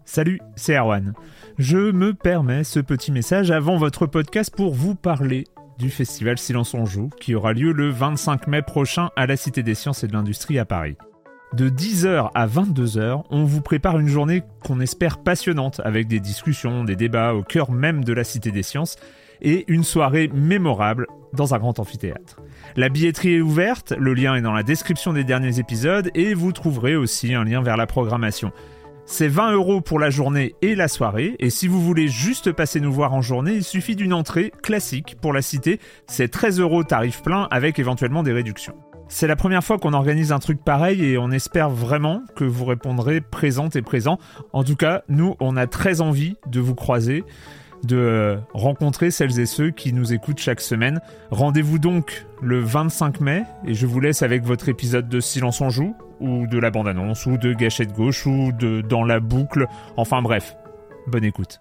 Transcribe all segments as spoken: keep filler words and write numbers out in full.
Salut, c'est Erwan. Je me permets ce petit message avant votre podcast pour vous parler du festival Silence on Joue qui aura lieu le vingt-cinq mai prochain à la Cité des Sciences et de l'Industrie à Paris. De dix heures à vingt-deux heures, on vous prépare une journée qu'on espère passionnante avec des discussions, des débats au cœur même de la Cité des Sciences et une soirée mémorable dans un grand amphithéâtre. La billetterie est ouverte, le lien est dans la description des derniers épisodes et vous trouverez aussi un lien vers la programmation. C'est vingt euros pour la journée et la soirée, et si vous voulez juste passer nous voir en journée, il suffit d'une entrée classique pour la cité, c'est treize euros tarif plein avec éventuellement des réductions. C'est la première fois qu'on organise un truc pareil et on espère vraiment que vous répondrez présente et présent. En tout cas, nous, on a très envie de vous croiser, de rencontrer celles et ceux qui nous écoutent chaque semaine. Rendez-vous donc le vingt-cinq mai et je vous laisse avec votre épisode de Silence on Joue, ou de la bande-annonce, ou de Gâchette Gauche, ou de Dans la boucle, enfin bref, bonne écoute.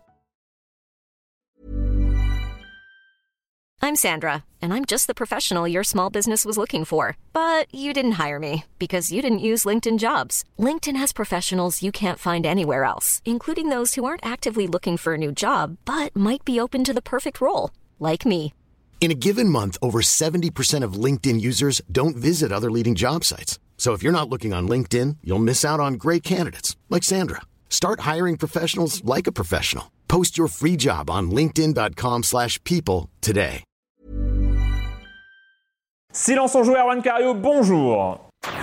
I'm Sandra, and I'm just the professional your small business was looking for. But you didn't hire me, because you didn't use LinkedIn Jobs. LinkedIn has professionals you can't find anywhere else, including those who aren't actively looking for a new job, but might be open to the perfect role, like me. In a given month, over seventy percent of LinkedIn users don't visit other leading job sites. So if you're not looking on LinkedIn, you'll miss out on great candidates like Sandra. Start hiring professionals like a professional. Post your free job on linkedin.com slash people today. Silence on Joue, Erwan Cario, bonjour.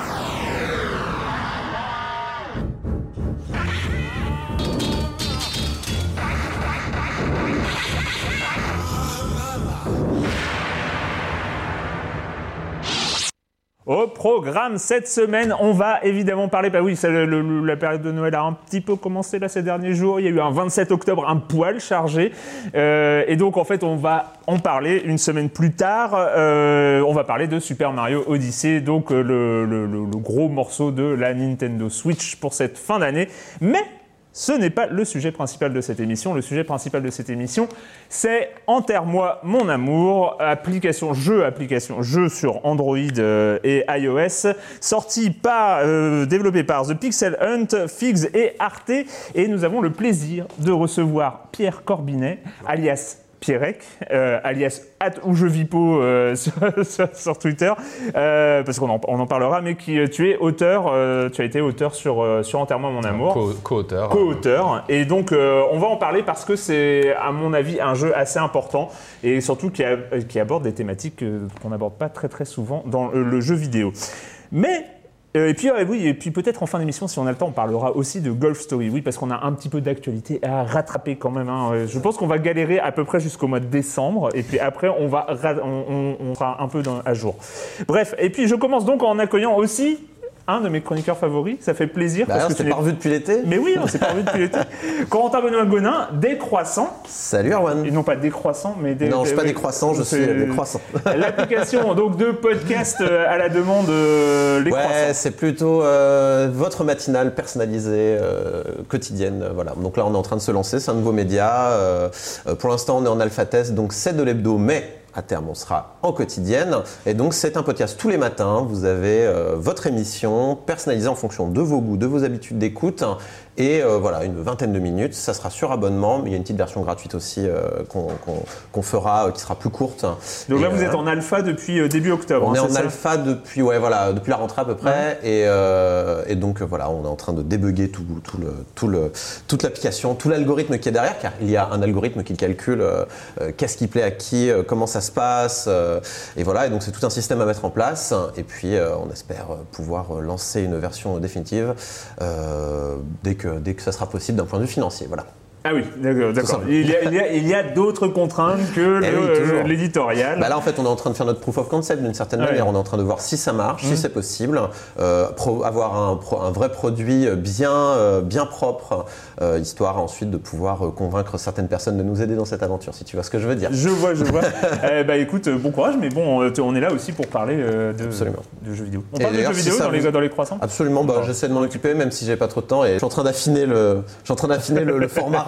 Au programme cette semaine, on va évidemment parler, bah oui, c'est le, le, la période de Noël a un petit peu commencé là ces derniers jours, il y a eu un vingt-sept octobre un poil chargé, euh, et donc en fait on va en parler une semaine plus tard, euh, on va parler de Super Mario Odyssey, donc euh, le, le, le, le gros morceau de la Nintendo Switch pour cette fin d'année, mais ce n'est pas le sujet principal de cette émission. Le sujet principal de cette émission, c'est Enterre-moi mon amour, application jeu, application jeu sur Android euh, et iOS, sorti par, euh, développé par The Pixel Hunt, Figs et Arte. Et nous avons le plaisir de recevoir Pierre Corbinet, alias Pierrec, euh, alias @oujeuvipo euh, sur, sur, sur Twitter, euh, parce qu'on en, on en parlera, mais qui, tu es auteur, euh, tu as été auteur sur, euh, sur Enterre-moi mon amour. Co- co-auteur. Co-auteur. Et donc, euh, on va en parler parce que c'est, à mon avis, un jeu assez important et surtout qui, a, qui aborde des thématiques qu'on n'aborde pas très très souvent dans le, le jeu vidéo. Mais Euh, et puis, euh, oui, et puis peut-être en fin d'émission, si on a le temps, on parlera aussi de Golf Story. Oui, parce qu'on a un petit peu d'actualité à rattraper quand même. Hein. Je pense qu'on va galérer à peu près jusqu'au mois de décembre. Et puis après, on, va ra- on, on, on sera un peu dans, à jour. Bref, et puis je commence donc en accueillant aussi un de mes chroniqueurs favoris. Ça fait plaisir. Bah parce alors, que c'est pas revu depuis l'été. Mais oui, on s'est pas revu depuis l'été. Corentin Benoît-Gonin, décroissant. Salut Erwan. Et non pas décroissant, mais des. Non, je suis pas oui, décroissant, je suis c'est décroissant. L'application donc de podcast à la demande euh, les Ouais, croissants. c'est plutôt euh, votre matinale personnalisée, euh, quotidienne. euh, Voilà. Donc là, on est en train de se lancer, c'est un nouveau média. Euh, euh, pour l'instant, on est en alpha test, donc c'est de l'hebdo, mais à terme, on sera en quotidienne. Et donc, c'est un podcast tous les matins. Vous avez euh, votre émission personnalisée en fonction de vos goûts, de vos habitudes d'écoute. Et euh, voilà, une vingtaine de minutes. Ça sera sur abonnement, mais il y a une petite version gratuite aussi euh, qu'on, qu'on, qu'on fera, euh, qui sera plus courte. Donc et là, vous euh, êtes en alpha depuis euh, début octobre. On hein, est en c'est alpha ça depuis, ouais, voilà, depuis la rentrée à peu près. Ouais. Et, euh, et donc, voilà, on est en train de débugger tout, tout le, tout le, toute l'application, tout l'algorithme qui est derrière, car il y a un algorithme qui calcule euh, euh, qu'est-ce qui plaît à qui, euh, comment ça se passe. Euh, et voilà, et donc c'est tout un système à mettre en place. Et puis, euh, on espère pouvoir lancer une version définitive euh, dès que, dès que ça sera possible d'un point de vue financier. Voilà. Ah oui, d'accord. d'accord. Il, y a, il, y a, il y a d'autres contraintes que Eh le, oui, euh, l'éditorial. Bah là, en fait, on est en train de faire notre proof of concept d'une certaine Ah manière. ouais. On est en train de voir si ça marche, Mmh. si c'est possible, euh, pro- avoir un, pro- un vrai produit bien, euh, bien propre, euh, histoire ensuite de pouvoir euh, convaincre certaines personnes de nous aider dans cette aventure, si tu vois ce que je veux dire. Je vois, je vois. eh bah écoute, bon courage, mais bon, on est là aussi pour parler euh, de, Absolument. de jeux vidéo. On Et parle de jeux d'ailleurs, si vidéo ça dans, les, vous- dans les croissants Absolument, bah, j'essaie de m'en occuper, même si j'ai pas trop de temps. Et je suis en train d'affiner le, je suis en train d'affiner le, le format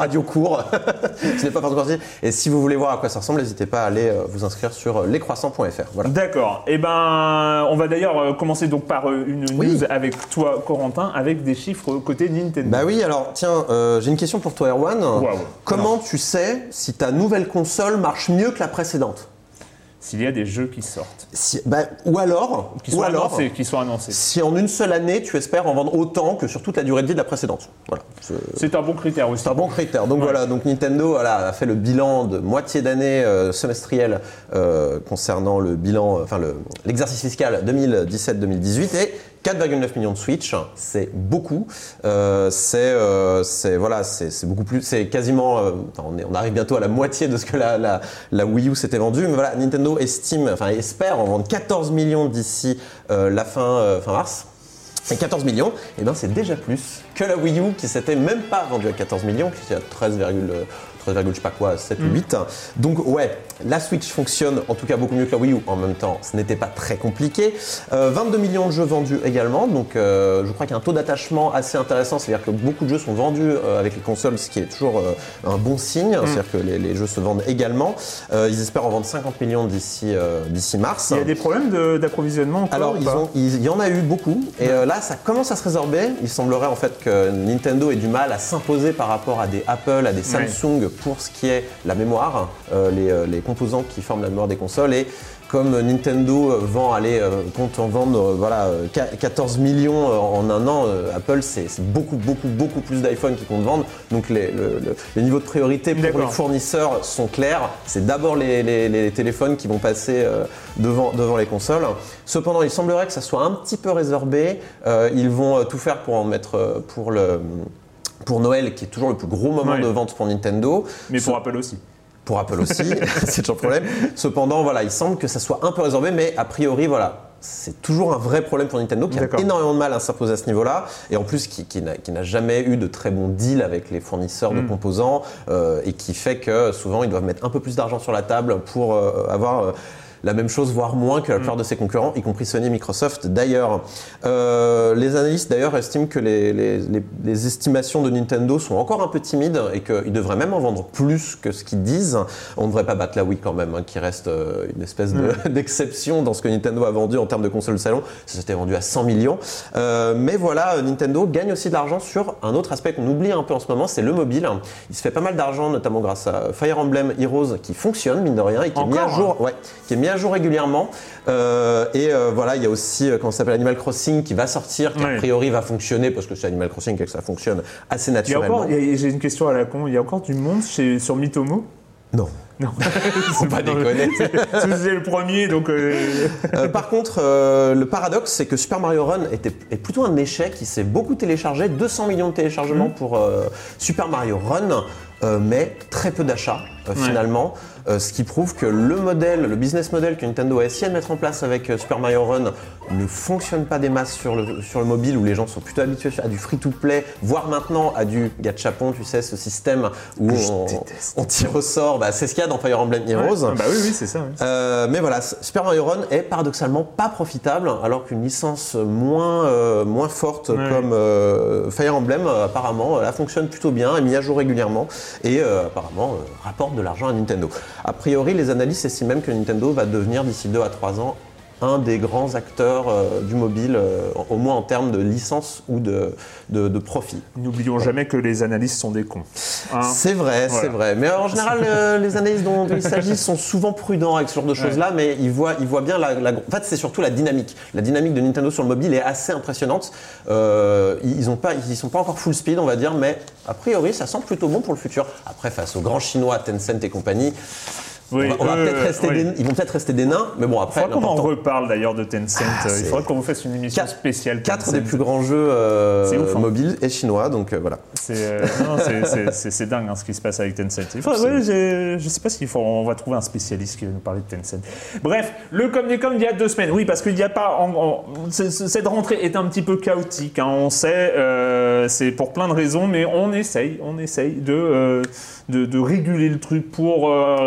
radio court. Ce n'est pas encore sorti. Et si vous voulez voir à quoi ça ressemble, n'hésitez pas à aller euh, vous inscrire sur euh, les croissants point f r. Voilà. D'accord. Et eh ben, on va d'ailleurs euh, commencer donc par euh, une news oui. avec toi, Corentin, avec des chiffres côté Nintendo. Bah oui, alors tiens, euh, j'ai une question pour toi, Erwan. Wow. Comment non. tu sais si ta nouvelle console marche mieux que la précédente ? S'il y a des jeux qui sortent. Si, bah, ou alors, qui sont, ou alors annoncés, qui sont annoncés. Si en une seule année, tu espères en vendre autant que sur toute la durée de vie de la précédente. Voilà. C'est, c'est un bon critère aussi. C'est un bon critère. Donc ouais. voilà, donc Nintendo voilà, a fait le bilan de moitié d'année euh, semestrielle euh, concernant le bilan, enfin le, l'exercice fiscal deux mille dix-sept deux mille dix-huit et quatre virgule neuf millions de Switch, c'est beaucoup. Euh, c'est, euh, c'est voilà, c'est, c'est beaucoup plus. C'est quasiment. Euh, on, est, on arrive bientôt à la moitié de ce que la, la, la Wii U s'était vendue. Mais voilà, Nintendo estime, enfin espère en vendre quatorze millions d'ici euh, la fin, euh, fin mars. Et quatorze millions, eh ben c'est déjà plus que la Wii U qui s'était même pas vendue à quatorze millions, qui était à treize virgule je sais pas quoi, sept ou huit. Mm. Donc ouais, la Switch fonctionne en tout cas beaucoup mieux que la Wii U. En même temps, ce n'était pas très compliqué. Euh, vingt-deux millions de jeux vendus également, donc euh, je crois qu'il y a un taux d'attachement assez intéressant, c'est-à-dire que beaucoup de jeux sont vendus euh, avec les consoles, ce qui est toujours euh, un bon signe, mm. c'est-à-dire que les, les jeux se vendent également. Euh, ils espèrent en vendre cinquante millions d'ici, euh, d'ici mars. Il y a des problèmes de, d'approvisionnement encore, Alors, ils ont, il y en a eu beaucoup, et euh, là, ça commence à se résorber. Il semblerait en fait que Nintendo ait du mal à s'imposer par rapport à des Apple, à des Samsung, ouais. pour ce qui est la mémoire, euh, les, les composants qui forment la mémoire des consoles. Et comme Nintendo vend, allez, euh, compte en vendre euh, voilà, quatorze millions en un an, euh, Apple, c'est, c'est beaucoup, beaucoup, beaucoup plus d'iPhone qui compte vendre. Donc les, le, le, les niveaux de priorité pour D'accord. les fournisseurs sont clairs. C'est d'abord les, les, les téléphones qui vont passer euh, devant, devant les consoles. Cependant, il semblerait que ça soit un petit peu résorbé. Euh, ils vont tout faire pour en mettre pour le... pour Noël, qui est toujours le plus gros moment ouais. de vente pour Nintendo. Mais pour Ce... Apple aussi. Pour Apple aussi, c'est toujours le problème. Cependant, voilà, il semble que ça soit un peu résorbé, mais a priori, voilà, c'est toujours un vrai problème pour Nintendo, qui D'accord. a énormément de mal à s'imposer à ce niveau-là, et en plus qui, qui, n'a, qui n'a jamais eu de très bons deals avec les fournisseurs mm. de composants, euh, et qui fait que souvent, ils doivent mettre un peu plus d'argent sur la table pour euh, avoir... Euh, la même chose, voire moins que la plupart mmh. de ses concurrents, y compris Sony et Microsoft d'ailleurs. Euh, les analystes d'ailleurs estiment que les, les, les, les estimations de Nintendo sont encore un peu timides et qu'ils devraient même en vendre plus que ce qu'ils disent. On ne devrait pas battre la Wii quand même, hein, qui reste euh, une espèce de, mmh. d'exception dans ce que Nintendo a vendu en termes de console de salon. Ça s'était vendu à cent millions. Euh, mais voilà, Nintendo gagne aussi de l'argent sur un autre aspect qu'on oublie un peu en ce moment, c'est le mobile. Il se fait pas mal d'argent, notamment grâce à Fire Emblem Heroes, qui fonctionne, mine de rien, et qui encore, est mis à jour, hein. ouais, qui est mis à jour régulièrement euh, et euh, voilà il y a aussi euh, comment ça s'appelle Animal Crossing qui va sortir qui ouais. a priori va fonctionner parce que c'est Animal Crossing et que ça fonctionne assez naturellement. Il y a encore, il y a, j'ai une question à la con, il y a encore du monde chez, sur Mitomo ? Non. Non, faut pas déconner. C'est le premier, donc. Euh... Euh, par contre, euh, le paradoxe, c'est que Super Mario Run était, est plutôt un échec. Il s'est beaucoup téléchargé, deux cents millions de téléchargements mmh. pour euh, Super Mario Run, euh, mais très peu d'achats euh, ouais. finalement. Euh, ce qui prouve que le modèle, le business model que Nintendo a essayé de mettre en place avec euh, Super Mario Run ne fonctionne pas des masses sur le, sur le mobile où les gens sont plutôt habitués à du free-to-play, voire maintenant à du gachapon, tu sais, ce système où on, on tire au sort. Bah, c'est ce qu'il y a dans Fire Emblem Heroes. Ouais. Bah oui, oui, c'est ça. Oui. Euh, mais voilà, Super Mario Run est paradoxalement pas profitable, alors qu'une licence moins, euh, moins forte ouais. comme euh, Fire Emblem, euh, apparemment, elle fonctionne plutôt bien, est mise à jour régulièrement et euh, apparemment euh, rapporte de l'argent à Nintendo. A priori, les analystes estiment même que Nintendo va devenir d'ici deux à trois ans un des grands acteurs euh, du mobile, euh, au moins en termes de licence ou de, de, de profit. N'oublions jamais que les analystes sont des cons. Hein c'est vrai, voilà. c'est vrai. Mais en général, euh, les analystes dont il s'agit sont souvent prudents avec ce genre de choses-là, ouais. mais ils voient, ils voient bien la, la... En fait, c'est surtout la dynamique. La dynamique de Nintendo sur le mobile est assez impressionnante. Euh, ils ont pas, ils sont pas encore full speed, on va dire, mais a priori, ça semble plutôt bon pour le futur. Après, face aux grands Chinois, Tencent et compagnie, Oui, on va, on va euh, peut-être rester oui. des, ils vont peut-être rester des nains, mais bon après. Il faudra qu'on en reparle d'ailleurs de Tencent. Ah, il faudra qu'on vous fasse une émission quatre, spéciale. Quatre des plus grands jeux euh, ouf, hein. mobiles et chinois, donc euh, voilà. C'est, euh, non, c'est, c'est, c'est, c'est dingue hein, ce qui se passe avec Tencent. Il faut, ouais, je ne sais pas s'il faut. On va trouver un spécialiste qui va nous parler de Tencent. Bref, le comme des comme il y a deux semaines. Oui, parce qu'il n'y a pas. En, en, cette rentrée est un petit peu chaotique. Hein, on sait, euh, c'est pour plein de raisons, mais on essaye, on essaye de. Euh, De, de réguler le truc pour euh, rétablir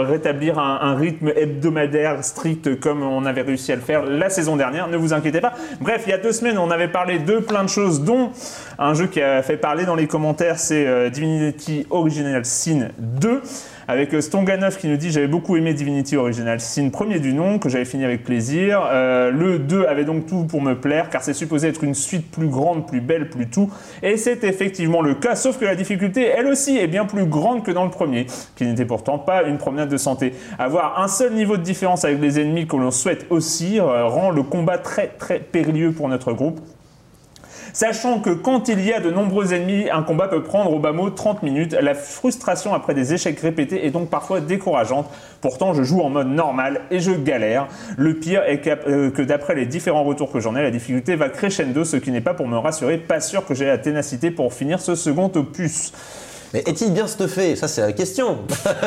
établir un, un rythme hebdomadaire strict comme on avait réussi à le faire la saison dernière, ne vous inquiétez pas. Bref, il y a deux semaines, on avait parlé de plein de choses, dont un jeu qui a fait parler dans les commentaires, c'est euh, Divinity Original Sin deux. Avec Stonganov qui nous dit « J'avais beaucoup aimé Divinity Original Sin, premier du nom, que j'avais fini avec plaisir. Euh, le deux avait donc tout pour me plaire, car c'est supposé être une suite plus grande, plus belle, plus tout. Et c'est effectivement le cas, sauf que la difficulté, elle aussi, est bien plus grande que dans le premier, qui n'était pourtant pas une promenade de santé. Avoir un seul niveau de différence avec les ennemis que l'on souhaite aussi euh, rend le combat très très périlleux pour notre groupe. Sachant que quand il y a de nombreux ennemis, un combat peut prendre au bas mot trente minutes. La frustration après des échecs répétés est donc parfois décourageante. Pourtant, je joue en mode normal et je galère. Le pire est que d'après les différents retours que j'en ai, la difficulté va crescendo, ce qui n'est pas pour me rassurer. Pas sûr que j'ai la ténacité pour finir ce second opus. Mais est-il bien stuffé? Ça, c'est la question.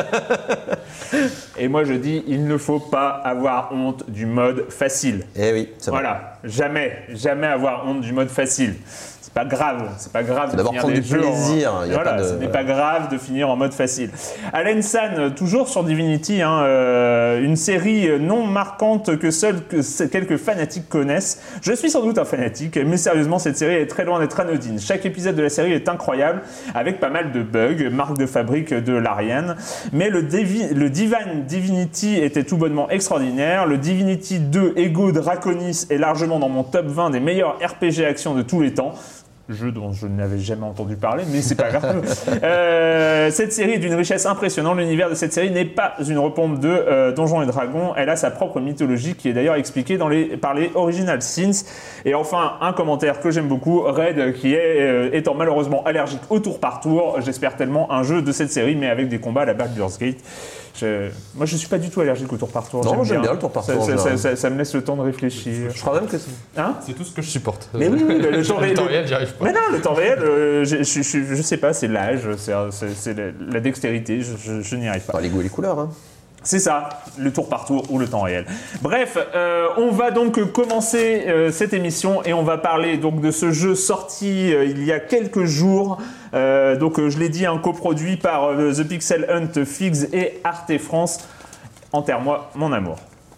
Et moi, je dis, il ne faut pas avoir honte du mode facile. Eh oui, c'est vrai. Voilà, jamais, jamais avoir honte du mode facile. C'est pas grave, c'est pas grave c'est de d'abord finir prendre des du jeux plaisir. en... Il y a voilà, pas de... ce n'est pas grave de finir en mode facile. Alan San, toujours sur Divinity, hein, euh, une série non marquante que seuls que quelques fanatiques connaissent. Je suis sans doute un fanatique, mais sérieusement, cette série est très loin d'être anodine. Chaque épisode de la série est incroyable, avec pas mal de bugs, marque de fabrique de l'Ariane. Mais le, Divi- le Divine Divinity était tout bonnement extraordinaire. Le Divinity deux Ego Draconis est largement dans mon top vingt des meilleurs R P G action de tous les temps. Jeu dont je n'avais jamais entendu parler, mais c'est pas grave. euh, cette série est d'une richesse impressionnante. L'univers de cette série n'est pas une repompe de euh, Donjons et Dragons. Elle a sa propre mythologie qui est d'ailleurs expliquée dans les, par les Original Sins. Et enfin, un commentaire que j'aime beaucoup, Red, qui est euh, étant malheureusement allergique au tour par tour. J'espère tellement un jeu de cette série, mais avec des combats à la Baldur's Gate. Je... Moi, je suis pas du tout allergique au tour par tour. Non, j'aime, j'aime bien, bien le tour par ça, tour. Ça, ça, ça, ça me laisse le temps de réfléchir. Je crois même que c'est... Hein C'est tout ce que je supporte. Mais oui, oui, le temps réel, le temps réel, j'y arrive pas. Mais non, le temps réel, euh, je, je, je, je sais pas, c'est l'âge, c'est, c'est, c'est la, la dextérité, je, je, je n'y arrive pas. Enfin, les goûts et les couleurs, hein. C'est ça, le tour par tour ou le temps réel. Bref, euh, on va donc commencer euh, cette émission et on va parler donc de ce jeu sorti euh, il y a quelques jours. Euh, donc euh, je l'ai dit, un coproduit par euh, The Pixel Hunt, Figs et Arte France. Enterre-moi mon amour.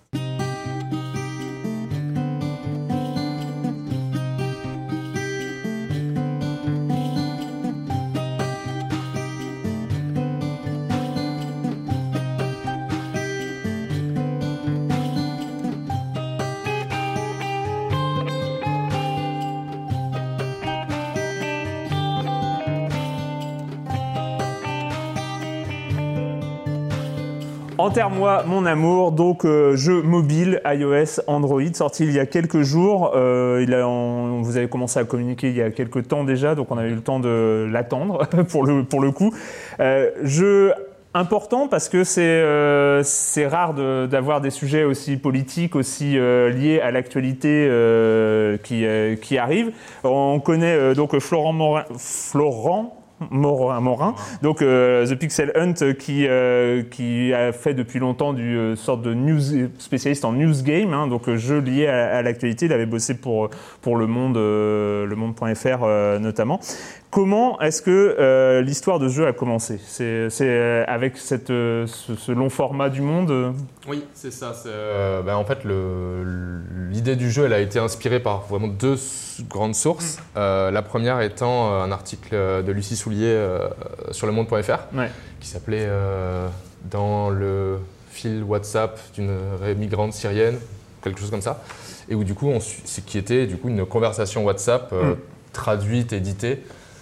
Enterre-moi mon amour, donc euh, jeu mobile, iOS, Android, sorti il y a quelques jours. Euh, il a, on, vous avez commencé à communiquer il y a quelques temps déjà, donc on a eu le temps de l'attendre pour le, pour le coup. Euh, jeu important parce que c'est, euh, c'est rare de, d'avoir des sujets aussi politiques, aussi euh, liés à l'actualité euh, qui, euh, qui arrivent. On connaît euh, donc Florent Morin... Florent Morin, Morin. Donc euh, The Pixel Hunt qui, euh, qui a fait depuis longtemps du euh, sorte de news spécialiste en news game, hein, donc euh, jeu lié à, à l'actualité. Il avait bossé pour pour Le Monde, euh, Le Monde point F R euh, notamment. Comment est-ce que euh, l'histoire de ce jeu a commencé? C'est, c'est euh, avec cette, euh, ce, ce long format du Monde euh... Oui, c'est ça. C'est, euh, ben, en fait, le, l'idée du jeu, elle a été inspirée par vraiment deux grandes sources. Mmh. Euh, la première étant un article de Lucie Soulier euh, sur Le Monde point F R, ouais. qui s'appelait euh, « Dans le fil WhatsApp d'une migrante syrienne », quelque chose comme ça, et où du coup, on, c'est qui était du coup une conversation WhatsApp euh, mmh. traduite, éditée.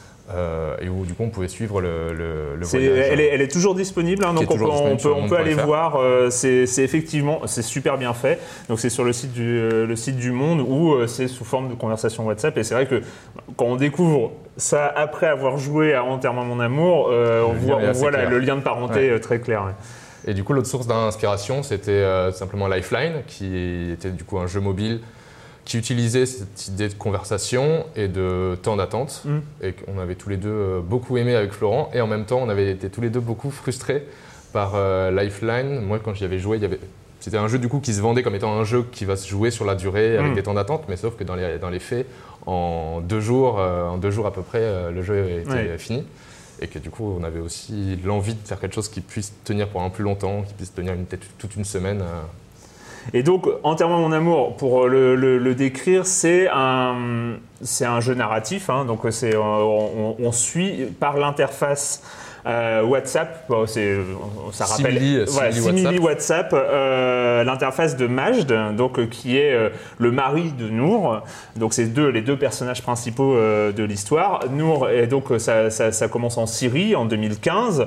Euh, et où du coup on pouvait suivre le, le, le c'est, voyage. Elle est, elle est toujours disponible, hein, donc on, toujours on, disponible peut, on peut aller faire. voir. Euh, c'est, c'est effectivement, c'est super bien fait. Donc c'est sur le site du, euh, le site du Monde où euh, c'est sous forme de conversation WhatsApp. Et c'est vrai que quand on découvre ça après avoir joué à Enterre-moi mon amour, euh, on voit, on voit la, le lien de parenté ouais. très clair. Ouais. Et du coup l'autre source d'inspiration c'était euh, simplement Lifeline, qui était du coup un jeu mobile qui utilisait cette idée de conversation et de temps d'attente, mmh. et qu'on avait tous les deux beaucoup aimé avec Florent, et en même temps on avait été tous les deux beaucoup frustrés par euh, Lifeline. Moi quand j'y avais joué, il y avait... c'était un jeu du coup qui se vendait comme étant un jeu qui va se jouer sur la durée avec mmh. des temps d'attente, mais sauf que dans les, dans les faits, en deux jours, euh, en deux jours à peu près, euh, le jeu était ouais. fini. et que du coup on avait aussi l'envie de faire quelque chose qui puisse tenir pendant plus longtemps, qui puisse tenir une, toute une semaine. Et donc, Enterre-moi mon amour, pour le, le, le décrire, c'est un, c'est un jeu narratif. Hein, donc, c'est, on, on suit par l'interface euh, WhatsApp. Bon, c'est, ça rappelle Simili, voilà, simili simili WhatsApp, WhatsApp euh, l'interface de Majd, donc euh, qui est euh, le mari de Nour. Donc, c'est deux, les deux personnages principaux euh, de l'histoire. Nour, et donc ça, ça, ça commence en Syrie en deux mille quinze,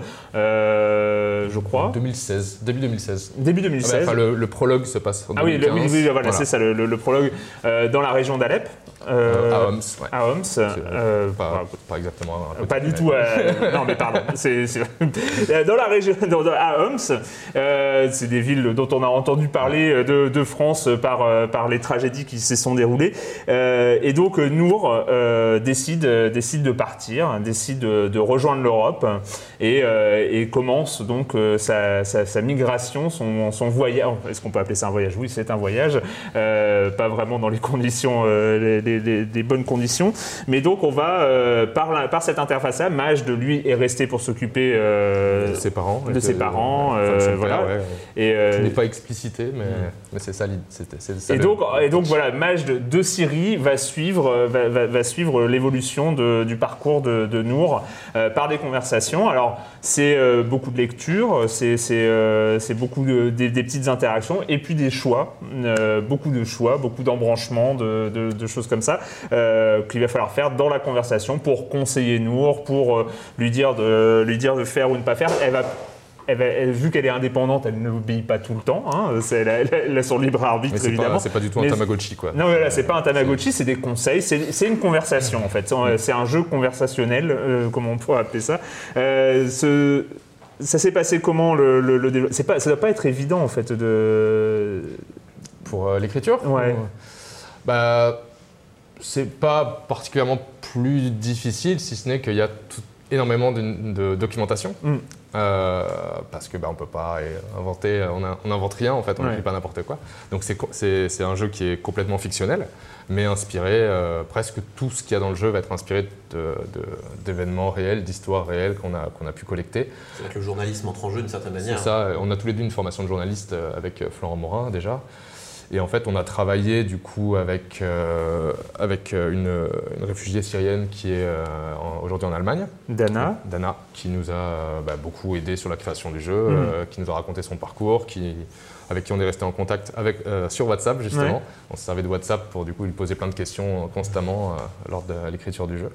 euh, je crois. deux mille seize, début deux mille seize. Début deux mille seize. Ah bah, enfin, le, le prologue se passe en ah deux mille quinze. Ah oui, le, oui, oui, voilà, voilà. c'est ça, le, le, le prologue euh, dans la région d'Alep. Euh, à Homs, ouais. À Homs. Euh, pas, pas exactement. Un pas du tout. Euh, non, mais pardon. C'est, c'est... Dans la région, dans, à Homs, euh, c'est des villes dont on a entendu parler de, de France par, par les tragédies qui se sont déroulées. Euh, et donc, Nour euh, décide, décide de partir, décide de, de rejoindre l'Europe et, euh, et commence donc euh, sa, sa, sa migration, son, son voyage. Est-ce qu'on peut appeler ça un voyage ? Oui, c'est un voyage. Euh, pas vraiment dans les conditions, euh, les, les, les, les bonnes conditions. Mais donc, on va, euh, par, la, par cette interface-là, Majd, lui, est resté pour s'occuper euh, de ses parents. De ses parents, euh, enfin, voilà. Père, ouais. Et, euh, qui n'est pas explicité, mais, mmh. mais c'est ça l'idée. C'est, c'est ça et, le... donc, et donc, voilà, Majd de Syrie va suivre, va, va, va suivre l'évolution de, du parcours de, de Nour euh, par des conversations. Alors, c'est euh, beaucoup de lectures, c'est, c'est, euh, c'est beaucoup de, des, des petites interactions, et puis des choix, euh, beaucoup de choix, beaucoup d'embranchements, de, de, de choses comme ça, euh, qu'il va falloir faire dans la conversation pour conseiller Nour, pour euh, lui, dire de, lui dire de faire ou ne pas faire. Elle va Elle va, elle, vu qu'elle est indépendante, elle n'obéit pas tout le temps. Hein. C'est, elle, a, elle a son libre arbitre, mais c'est évidemment. Pas, c'est pas du tout un mais, Tamagotchi, quoi. Non, voilà, c'est pas un Tamagotchi, c'est des conseils, c'est, c'est une conversation, en fait. C'est un jeu conversationnel, euh, comme on pourrait appeler ça. Euh, ce, ça s'est passé comment, le, le, le développement ? C'est pas, ça doit pas être évident, en fait, de... Pour euh, l'écriture ? Ouais. Ou... Bah, c'est pas particulièrement plus difficile, si ce n'est qu'il y a tout, énormément de, de documentation. Mm. Euh, parce que bah, on peut pas inventer, on n'invente rien en fait, on n'écrit ouais. pas n'importe quoi. Donc c'est, c'est, c'est un jeu qui est complètement fictionnel, mais inspiré, euh, presque tout ce qu'il y a dans le jeu va être inspiré de, de, d'événements réels, d'histoires réelles qu'on a, qu'on a pu collecter. C'est vrai que le journalisme entre en jeu d'une certaine manière. C'est ça, on a tous les deux une formation de journaliste avec Florent Morin déjà. Et en fait, on a travaillé du coup avec, euh, avec une, une réfugiée syrienne qui est euh, en, aujourd'hui en Allemagne. Dana. Dana, qui nous a euh, bah, beaucoup aidé sur la création du jeu, mmh. euh, qui nous a raconté son parcours, qui, avec qui on est resté en contact avec, euh, sur WhatsApp justement. Ouais. On se servait de WhatsApp pour du coup lui poser plein de questions constamment euh, lors de l'écriture du jeu.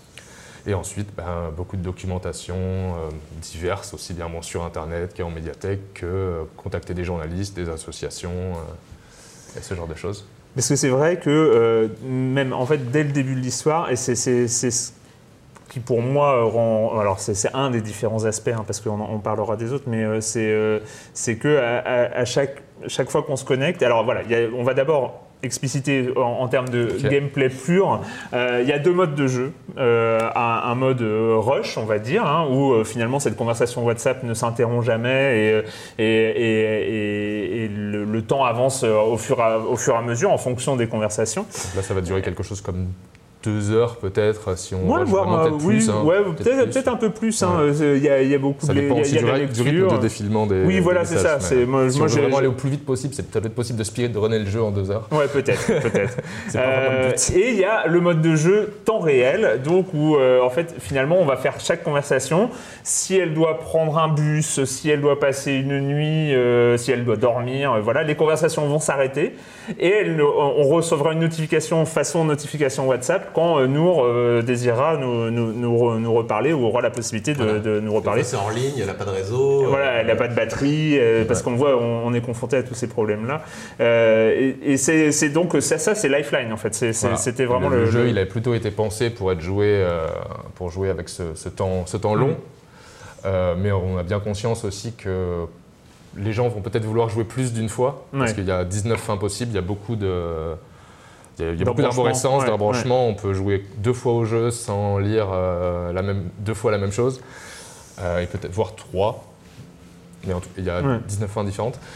Et ensuite, ben, beaucoup de documentation euh, diverses, aussi bien bon, sur Internet qu'en médiathèque, que euh, contacter des journalistes, des associations. Euh, Et ce genre de choses. Parce que c'est vrai que euh, même en fait dès le début de l'histoire, et c'est, c'est, c'est ce qui pour moi rend, alors c'est, c'est un des différents aspects, hein, parce qu'on on parlera des autres, mais euh, c'est, euh, c'est que à, à, à chaque, chaque fois qu'on se connecte, alors voilà, y a, on va d'abord explicité en, en termes de okay. gameplay pur. Il euh, y a deux modes de jeu. Euh, un, un mode euh, rush, on va dire, hein, où euh, finalement cette conversation WhatsApp ne s'interrompt jamais et, et, et, et, et le, le temps avance au fur, à, au fur et à mesure en fonction des conversations. Là, ça va durer quelque chose comme deux heures peut-être, si on ouais, rush voir, vraiment, peut-être oui, plus. Hein, ouais, peut-être, peut-être, plus. peut-être un peu plus. Il hein, ouais. y, y a beaucoup ça de dépend y a, aussi y a du, de la du rythme de défilement des Oui, voilà, des c'est messages, ça. C'est, moi, si moi, on veut j'ai, vraiment j'ai... aller au plus vite possible, c'est peut-être possible de speedrunner le jeu en deux heures. Ouais, peut-être, peut-être. c'est pas vraiment le but. Et il y a le mode de jeu temps réel, donc où euh, en fait finalement on va faire chaque conversation. Si elle doit prendre un bus, si elle doit passer une nuit, euh, si elle doit dormir, euh, voilà, les conversations vont s'arrêter et elle, on recevra une notification façon notification WhatsApp quand euh, Nour euh, désirera nous, nous, nous, nous reparler ou aura la possibilité de, voilà. de nous reparler. C'est en ligne, elle n'a pas de réseau. Voilà, elle n'a pas de batterie, euh, ouais. parce qu'on voit, on, on est confronté à tous ces problèmes-là. Euh, et et c'est, c'est donc ça, ça, c'est Lifeline en fait. C'est, c'est, voilà. C'était vraiment le, le, le jeu. Le... Il a plutôt été pensé pour être joué, euh, pour jouer avec ce, ce temps, ce temps long. Mmh. Euh, mais on a bien conscience aussi que les gens vont peut-être vouloir jouer plus d'une fois, ouais. parce qu'il y a dix-neuf fins possibles, il y a beaucoup de... Il y a, il y a beaucoup d'arborescence, ouais, d'embranchement. Ouais. On peut jouer deux fois au jeu sans lire euh, la même, deux fois la même chose. Euh, et peut-être voir trois. Mais en tout, il y a ouais. dix-neuf fins différentes.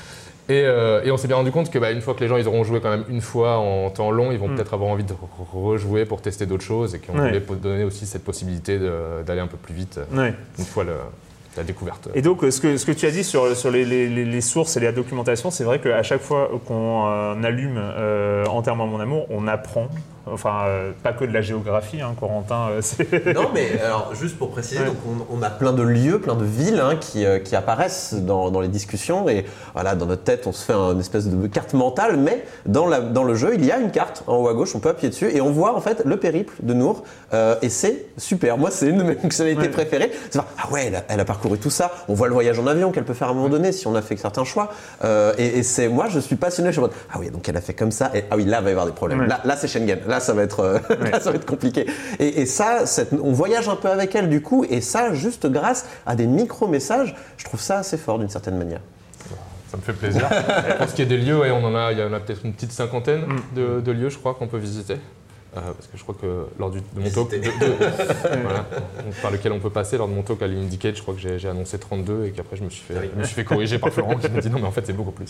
Et, euh, et on s'est bien rendu compte que bah, une fois que les gens ils auront joué quand même une fois en temps long, ils vont mm. peut-être avoir envie de rejouer pour tester d'autres choses et qu'on ouais. voulait donner aussi cette possibilité de, d'aller un peu plus vite ouais. une fois le, la découverte. Et donc ce que, ce que tu as dit sur, sur les, les, les sources et la documentation, c'est vrai qu'à chaque fois qu'on euh, allume euh, Enterrement mon amour, on apprend. Enfin, euh, pas que de la géographie, hein, Corentin. Euh, c'est... Non, mais alors, juste pour préciser, ouais. donc on, on a plein de lieux, plein de villes hein, qui, euh, qui apparaissent dans, dans les discussions. Et voilà, dans notre tête, on se fait une espèce de carte mentale. Mais dans, la, dans le jeu, il y a une carte en haut à gauche, on peut appuyer dessus. Et on voit en fait le périple de Nour. Euh, et c'est super. Moi, c'est une de mes fonctionnalités ouais. préférées. C'est voir, ah ouais, elle a, elle a parcouru tout ça. On voit le voyage en avion qu'elle peut faire à un moment donné si on a fait certains choix. Euh, et, et c'est, moi, je suis passionné. Je suis en mode, ah oui, donc elle a fait comme ça. Et ah oui, là, il va y avoir des problèmes. Ouais. Là, là, c'est Schengen. Là, ça va être. Euh, Ouais. Là, ça va être compliqué. Et, et ça, cette, on voyage un peu avec elle du coup, et ça, juste grâce à des micro-messages, je trouve ça assez fort d'une certaine manière. Ça me fait plaisir. Pour ce qui est des lieux, ouais, on en a, il y en a peut-être une petite cinquantaine mm. de, de lieux, je crois, qu'on peut visiter. Euh, parce que je crois que lors du, de mon talk, de, de, voilà, par lequel on peut passer, lors de mon talk à l'Indicate, je crois que j'ai, j'ai annoncé trente-deux et qu'après je me suis fait, je me suis fait corriger par Florent qui m'a dit non mais en fait c'est beaucoup plus.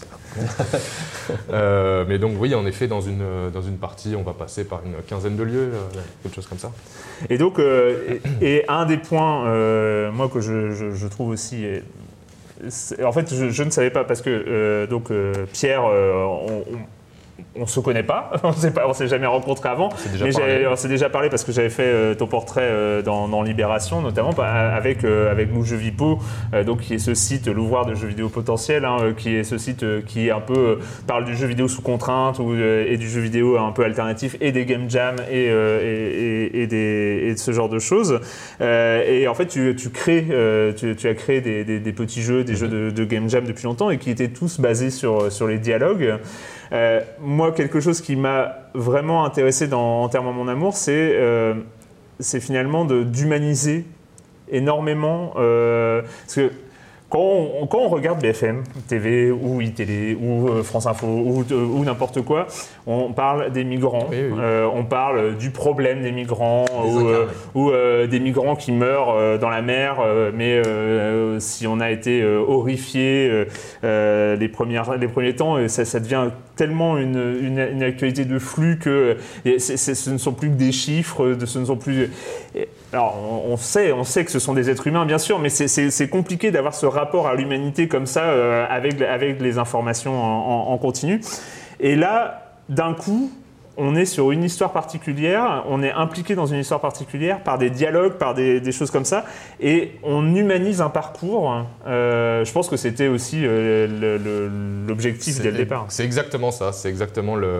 euh, mais donc oui, en effet, dans une, dans une partie, on va passer par une quinzaine de lieux, euh, quelque chose comme ça. Et donc, euh, et, et un des points, euh, moi que je, je, je trouve aussi, c'est, en fait, je, je ne savais pas parce que euh, donc euh, Pierre, euh, on, on on se connaît pas, on s'est pas, on s'est jamais rencontré avant, déjà mais j'ai, on s'est déjà parlé parce que j'avais fait euh, ton portrait euh, dans, dans Libération, notamment avec euh, avec Nous Jeux Vipo, euh, donc qui est ce site, l'ouvroir de jeux vidéo potentiel, hein, euh, qui est ce site euh, qui un peu euh, parle du jeu vidéo sous contrainte ou euh, et du jeu vidéo un peu alternatif et des game jams et euh, et, et, et des et de ce genre de choses. Euh, et en fait, tu tu crées, euh, tu, tu as créé des, des, des petits jeux, des mm-hmm. jeux de, de game jam depuis longtemps et qui étaient tous basés sur sur les dialogues. Euh, moi, quelque chose qui m'a vraiment intéressé dans Enterrement mon amour, c'est, euh, c'est finalement de, d'humaniser énormément. Euh, parce que quand on, quand on regarde B F M T V ou iTélé ou euh, France Info ou, ou n'importe quoi, on parle des migrants, oui, oui. Euh, on parle du problème des migrants ou, euh, ou euh, des migrants qui meurent euh, dans la mer, euh, mais euh, si on a été euh, horrifié euh, euh, les, premières, les premiers temps, ça, ça devient tellement une, une, une actualité de flux que c'est, c'est, ce ne sont plus que des chiffres, ce ne sont plus... Alors, on sait, on sait que ce sont des êtres humains, bien sûr, mais c'est, c'est, c'est compliqué d'avoir ce rapport à l'humanité comme ça, euh, avec, avec les informations en, en, en continu. Et là, d'un coup, on est sur une histoire particulière, on est impliqué dans une histoire particulière par des dialogues, par des, des choses comme ça, et on humanise un parcours. Euh, je pense que c'était aussi euh, le, le, l'objectif c'est, dès le départ. C'est exactement ça, c'est exactement le,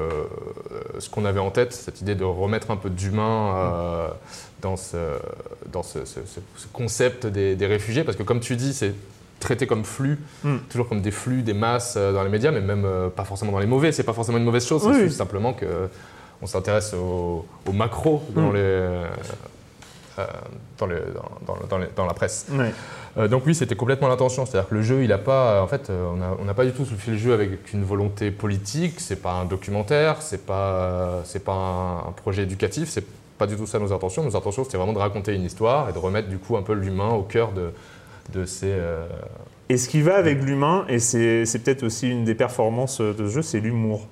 ce qu'on avait en tête, cette idée de remettre un peu d'humain euh, dans, ce, dans ce, ce, ce concept des, des réfugiés, parce que comme tu dis, c'est traité comme flux, mm. toujours comme des flux, des masses euh, dans les médias, mais même euh, pas forcément dans les mauvais, c'est pas forcément une mauvaise chose, oui. C'est juste simplement qu'on s'intéresse au, au macro dans, mm. les, euh, dans, les, dans, dans, dans, les, dans la presse. Oui. Euh, donc oui, c'était complètement l'intention, c'est-à-dire que le jeu, il a pas, en fait, on n'a pas du tout fait le jeu avec une volonté politique, c'est pas un documentaire, c'est pas, c'est pas un, un projet éducatif, c'est pas du tout ça nos intentions. Nos intentions, c'était vraiment de raconter une histoire et de remettre du coup un peu l'humain au cœur de de ces... Euh... Et ce qui va avec l'humain, et c'est, c'est peut-être aussi une des performances de ce jeu, c'est l'humour.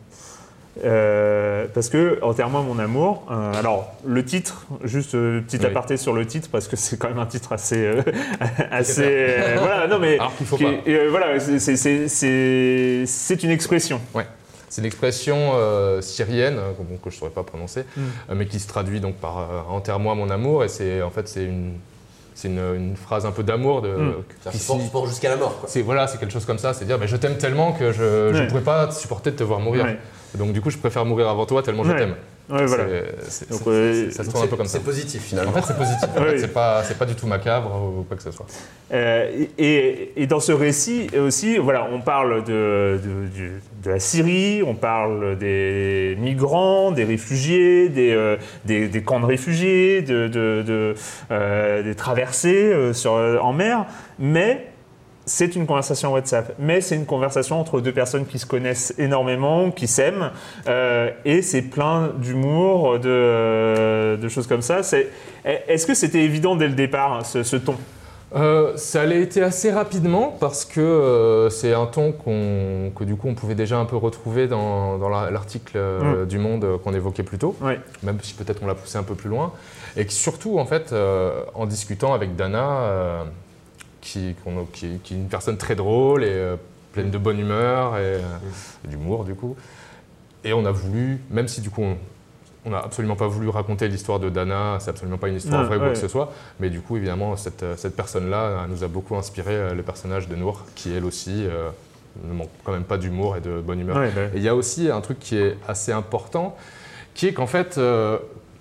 Euh, parce que, Enterrement mon amour, euh, alors le titre, juste euh, petit oui. aparté sur le titre, parce que c'est quand même un titre assez... Euh, assez euh, voilà, non mais... Alors qu'il faut qui, pas. Euh, voilà, c'est, c'est, c'est, c'est, c'est une expression. Ouais. C'est une expression euh, syrienne, euh, que je ne saurais pas prononcer, mm. euh, mais qui se traduit donc par euh, « Enterre-moi mon amour », et c'est, en fait, c'est une... C'est une, une phrase un peu d'amour. De, mmh. C'est sport, sport jusqu'à la mort. Quoi. C'est, voilà, c'est quelque chose comme ça. C'est dire, bah, je t'aime tellement que je ne ouais. pourrais pas supporter de te voir mourir. Ouais. Donc du coup, je préfère mourir avant toi tellement je ouais. t'aime. Ouais, voilà. c'est, c'est, donc, c'est, euh, ça se tourne un peu comme c'est ça. C'est positif finalement. En fait, c'est positif. En fait, c'est pas, c'est pas du tout macabre ou quoi que ce soit. Euh, et, et dans ce récit aussi, voilà, on parle de, de, de, de la Syrie, on parle des migrants, des réfugiés, des, euh, des, des camps de réfugiés, de, de, de, euh, des traversées euh, sur, en mer, mais c'est une conversation WhatsApp, mais c'est une conversation entre deux personnes qui se connaissent énormément, qui s'aiment, euh, et c'est plein d'humour, de, de choses comme ça. C'est, est-ce que c'était évident dès le départ, ce, ce ton ? Euh, ça allait été assez rapidement parce que euh, c'est un ton qu'on, que du coup on pouvait déjà un peu retrouver dans, dans la, l'article euh, mmh. du Monde euh, qu'on évoquait plus tôt, ouais. même si peut-être on l'a poussé un peu plus loin. Et que surtout en fait, euh, en discutant avec Dana, euh, qui, qu'on, qui, qui est une personne très drôle et euh, pleine de bonne humeur et, mmh. et d'humour du coup. Et on a voulu, même si du coup on, On n'a absolument pas voulu raconter l'histoire de Dana, c'est absolument pas une histoire non, vraie ou ouais. quoi que ce soit, mais du coup, évidemment, cette, cette personne-là nous a beaucoup inspiré le personnage de Nour, qui elle aussi euh, ne manque quand même pas d'humour et de bonne humeur. Ouais, ouais. Et il y a aussi un truc qui est assez important, qui est qu'en fait, euh,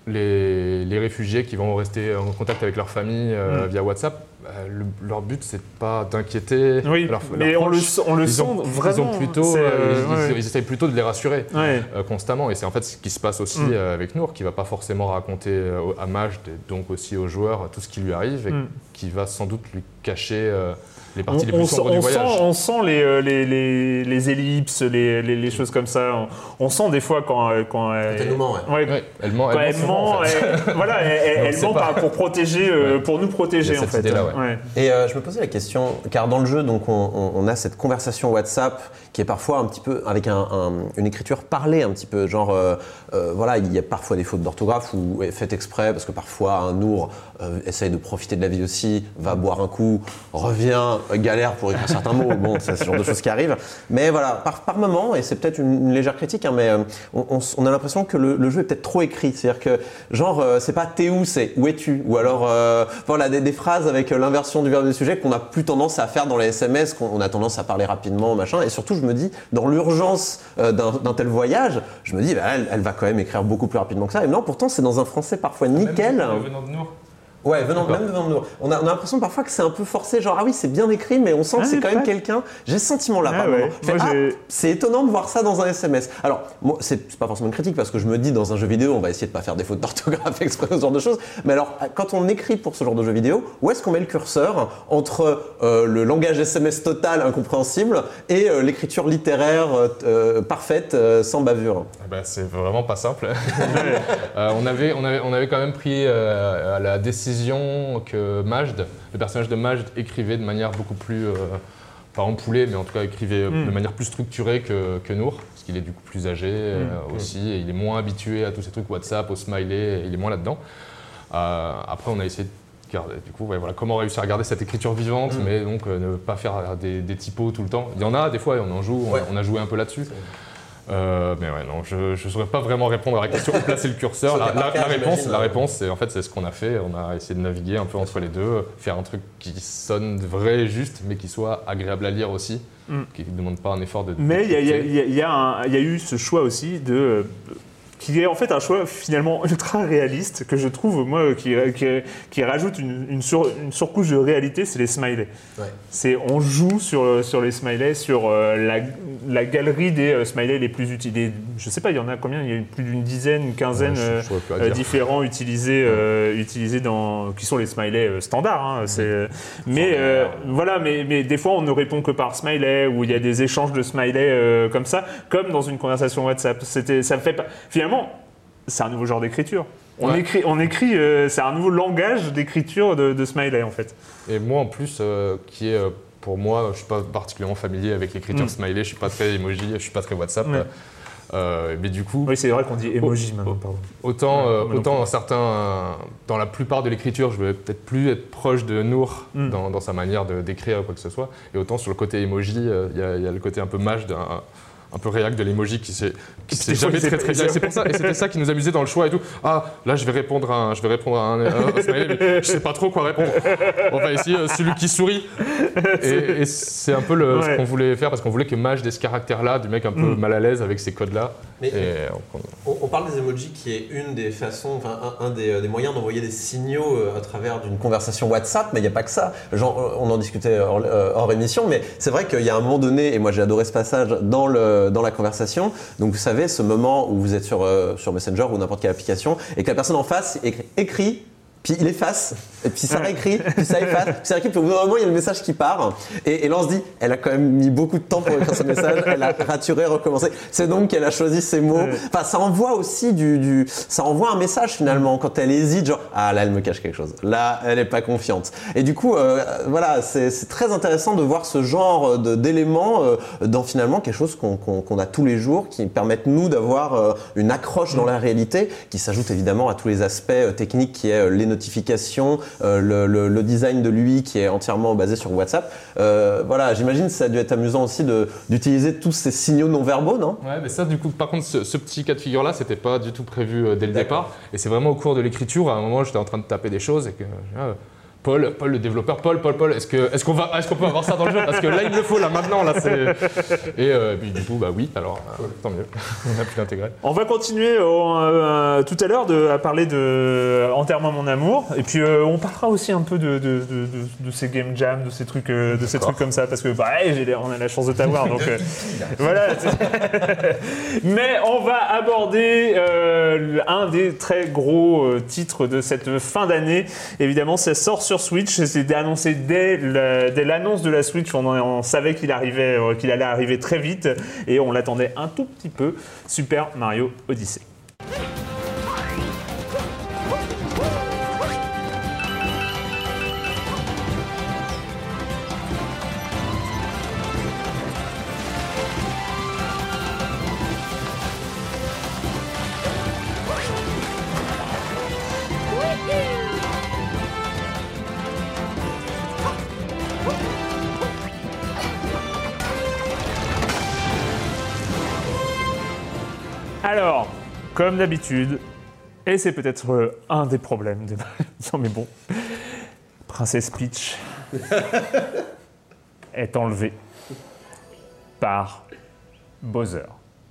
les, les réfugiés qui vont rester en contact avec leur famille euh, mm. via WhatsApp, euh, le, leur but, c'est pas d'inquiéter. Oui, leur, mais leur on, proches. le, on le ils sent ont, vraiment. Ils, ont plutôt, euh, ils, ouais. ils, ils essayent plutôt de les rassurer ouais. euh, constamment. Et c'est en fait ce qui se passe aussi mm. euh, avec Nour, qui ne va pas forcément raconter euh, à Majd, et donc aussi aux joueurs, tout ce qui lui arrive, et mm. qui va sans doute lui cacher euh, les parties on, les plus sombres on du voyage. Sent, on sent les, les, les, les ellipses, les, les, les choses comme ça. On, on sent des fois quand, quand elle, elle ment. Ouais. Ouais, ouais, elle ment. Quand elle, elle ment, en fait. elle, voilà, elle, elle ment pas. pour protéger, euh, ouais. pour nous protéger en fait. Là, ouais. Ouais. Et euh, je me posais la question, car dans le jeu, donc on, on, on a cette conversation WhatsApp qui est parfois un petit peu avec un, un, une écriture parlée un petit peu, genre euh, euh, voilà, il y a parfois des fautes d'orthographe ou faites exprès parce que parfois un Nour euh, essaye de profiter de la vie aussi, va boire un coup, revient, galère pour écrire certains mots. Bon, c'est ce genre de choses qui arrivent. Mais voilà, par, par moment, et c'est peut-être une, une légère critique, hein, mais euh, on, on, on a l'impression que le, le jeu est peut-être trop écrit. C'est-à-dire que genre euh, c'est pas t'es où, c'est où es-tu, ou alors euh, voilà des, des phrases avec l'inversion du verbe du sujet qu'on a plus tendance à faire dans les S M S, qu'on a tendance à parler rapidement, machin. Et surtout, je me dis, dans l'urgence euh, d'un, d'un tel voyage, je me dis, bah, elle, elle va quand même écrire beaucoup plus rapidement que ça. Et non, pourtant, c'est dans un français parfois nickel. Même venant de Nour. Ouais, venant, même venant de Nour. On a, on a l'impression parfois que c'est un peu forcé, genre ah oui, c'est bien écrit, mais on sent ah, que c'est quand pas... même quelqu'un. J'ai ce sentiment-là, ah, par ouais. Fait, moi, ah, c'est étonnant de voir ça dans un S M S. Alors, moi, c'est, c'est pas forcément une critique parce que je me dis dans un jeu vidéo, on va essayer de pas faire des fautes d'orthographe exprès, ce genre de choses. Mais alors, quand on écrit pour ce genre de jeu vidéo, où est-ce qu'on met le curseur entre euh, le langage S M S total incompréhensible et euh, l'écriture littéraire euh, parfaite euh, sans bavure? Ben, c'est vraiment pas simple. euh, on avait, on avait, on avait quand même pris euh, la décision que Majd, le personnage de Majd, écrivait de manière beaucoup plus, euh, pas ampoulée, mais en tout cas écrivait mm. de manière plus structurée que, que Nour, parce qu'il est du coup plus âgé euh, mm. aussi, et il est moins habitué à tous ces trucs WhatsApp, au smiley, il est moins là-dedans. Euh, après, on a essayé de garder, du coup, ouais, voilà, comment réussir à garder cette écriture vivante, mm. mais donc euh, ne pas faire des, des typos tout le temps. Il y en a des fois, on en joue, ouais. on, on a joué un peu là-dessus. Euh, mais ouais, non, je ne saurais pas vraiment répondre à la question où placer le curseur. La, la, la réponse, la réponse c'est, en fait, c'est ce qu'on a fait. On a essayé de naviguer un peu entre les deux, faire un truc qui sonne vrai et juste, mais qui soit agréable à lire aussi, mm. qui ne demande pas un effort de. Mais il y, y, y, y, y a eu ce choix aussi de. qui est en fait un choix finalement ultra réaliste, que je trouve, moi, qui, qui, qui rajoute une, une, sur, une surcouche de réalité, c'est les smileys. Ouais. C'est, on joue sur, sur les smileys, sur euh, la, la galerie des euh, smileys les plus utilisés. Je ne sais pas, il y en a combien? Il y a plus d'une dizaine, une quinzaine ouais, je, je euh, différents utilisés, euh, utilisés dans, qui sont les smileys euh, standards. Hein, c'est, mais euh, voilà, mais, mais des fois, on ne répond que par smiley, ou il y a des échanges de smileys euh, comme ça, comme dans une conversation WhatsApp. C'était, ça me fait pas... Finalement, c'est un nouveau genre d'écriture. On ouais. écrit, on écrit euh, c'est un nouveau langage d'écriture de, de smiley en fait. Et moi en plus, euh, qui est euh, pour moi, je suis pas particulièrement familier avec l'écriture mm. smiley, je suis pas très emoji, je suis pas très WhatsApp. Ouais. Euh, mais du coup, oui, c'est vrai qu'on dit emoji maintenant. Pardon. Autant, ouais, euh, autant dans certains, euh, dans la plupart de l'écriture, je vais peut-être plus être proche de Nour mm. dans, dans sa manière de, d'écrire ou quoi que ce soit. Et autant sur le côté emoji, il euh, y, y a le côté un peu mage d'un un peu réac de l'emoji qui s'est, qui s'est jamais très très bien. C'est pour ça, et c'était ça qui nous amusait dans le choix et tout. Ah, là je vais répondre à un, je vais répondre à un, un, un smiley, mais je sais pas trop quoi répondre. On va essayer euh, celui qui sourit. Et, et c'est un peu le, ouais. ce qu'on voulait faire, parce qu'on voulait que Majd ait ce caractère-là, du mec un peu mm. mal à l'aise avec ces codes-là. Mais et on, on parle des emojis qui est une des façons, enfin un, un des, des moyens d'envoyer des signaux à travers d'une conversation WhatsApp, mais il n'y a pas que ça. Genre, on en discutait hors, hors émission, mais c'est vrai qu'il y a un moment donné, et moi j'ai adoré ce passage dans le dans la conversation. Donc vous savez, ce moment où vous êtes sur, euh, sur Messenger ou n'importe quelle application et que la personne en face écrit, écrit puis il efface, et puis ça réécrit, puis ça efface, puis ça réécrit, puis au bout d'un moment il y a le message qui part, et, et là on se dit, elle a quand même mis beaucoup de temps pour écrire ce message, elle a raturé, recommencé, c'est donc qu'elle a choisi ses mots, enfin ça envoie aussi du, du ça envoie un message finalement, quand elle hésite, genre, ah là elle me cache quelque chose, là elle est pas confiante, et du coup euh, voilà, c'est, c'est très intéressant de voir ce genre de, d'éléments euh, dans finalement quelque chose qu'on, qu'on, qu'on a tous les jours, qui permettent nous d'avoir euh, une accroche dans la réalité, qui s'ajoute évidemment à tous les aspects euh, techniques qui est euh, les notifications, euh, le, le, le design de lui qui est entièrement basé sur WhatsApp. Euh, voilà, j'imagine que ça a dû être amusant aussi de, d'utiliser tous ces signaux non verbaux, non ? Ouais, mais ça, du coup, par contre, ce, ce petit cas de figure-là, c'était pas du tout prévu euh, dès le D'accord. départ. Et c'est vraiment au cours de l'écriture, à un moment, j'étais en train de taper des choses et que. Euh, Paul, Paul le développeur, Paul, Paul, Paul, est-ce, que, est-ce, qu'on va, est-ce qu'on peut avoir ça dans le jeu ? Parce que là, il le faut, là, maintenant. Là, c'est... Et euh, puis, du coup, bah oui, alors, euh, tant mieux. On a pu l'intégrer. On va continuer euh, euh, tout à l'heure de, à parler de Enterre-moi mon amour. Et puis, euh, on parlera aussi un peu de, de, de, de, de ces game jams, de ces trucs, euh, de ces trucs comme ça. Parce que, bah, hey, j'ai, on a la chance de t'avoir. Donc, euh, voilà. Mais on va aborder euh, un des très gros euh, titres de cette fin d'année. Évidemment, ça sort sur Switch, c'était annoncé dès, le, dès l'annonce de la Switch, on, on savait qu'il, arrivait, euh, qu'il allait arriver très vite et on l'attendait un tout petit peu, Super Mario Odyssey. Alors, comme d'habitude, et c'est peut-être euh, un des problèmes de non mais bon, Princesse Peach est enlevée par Bowser.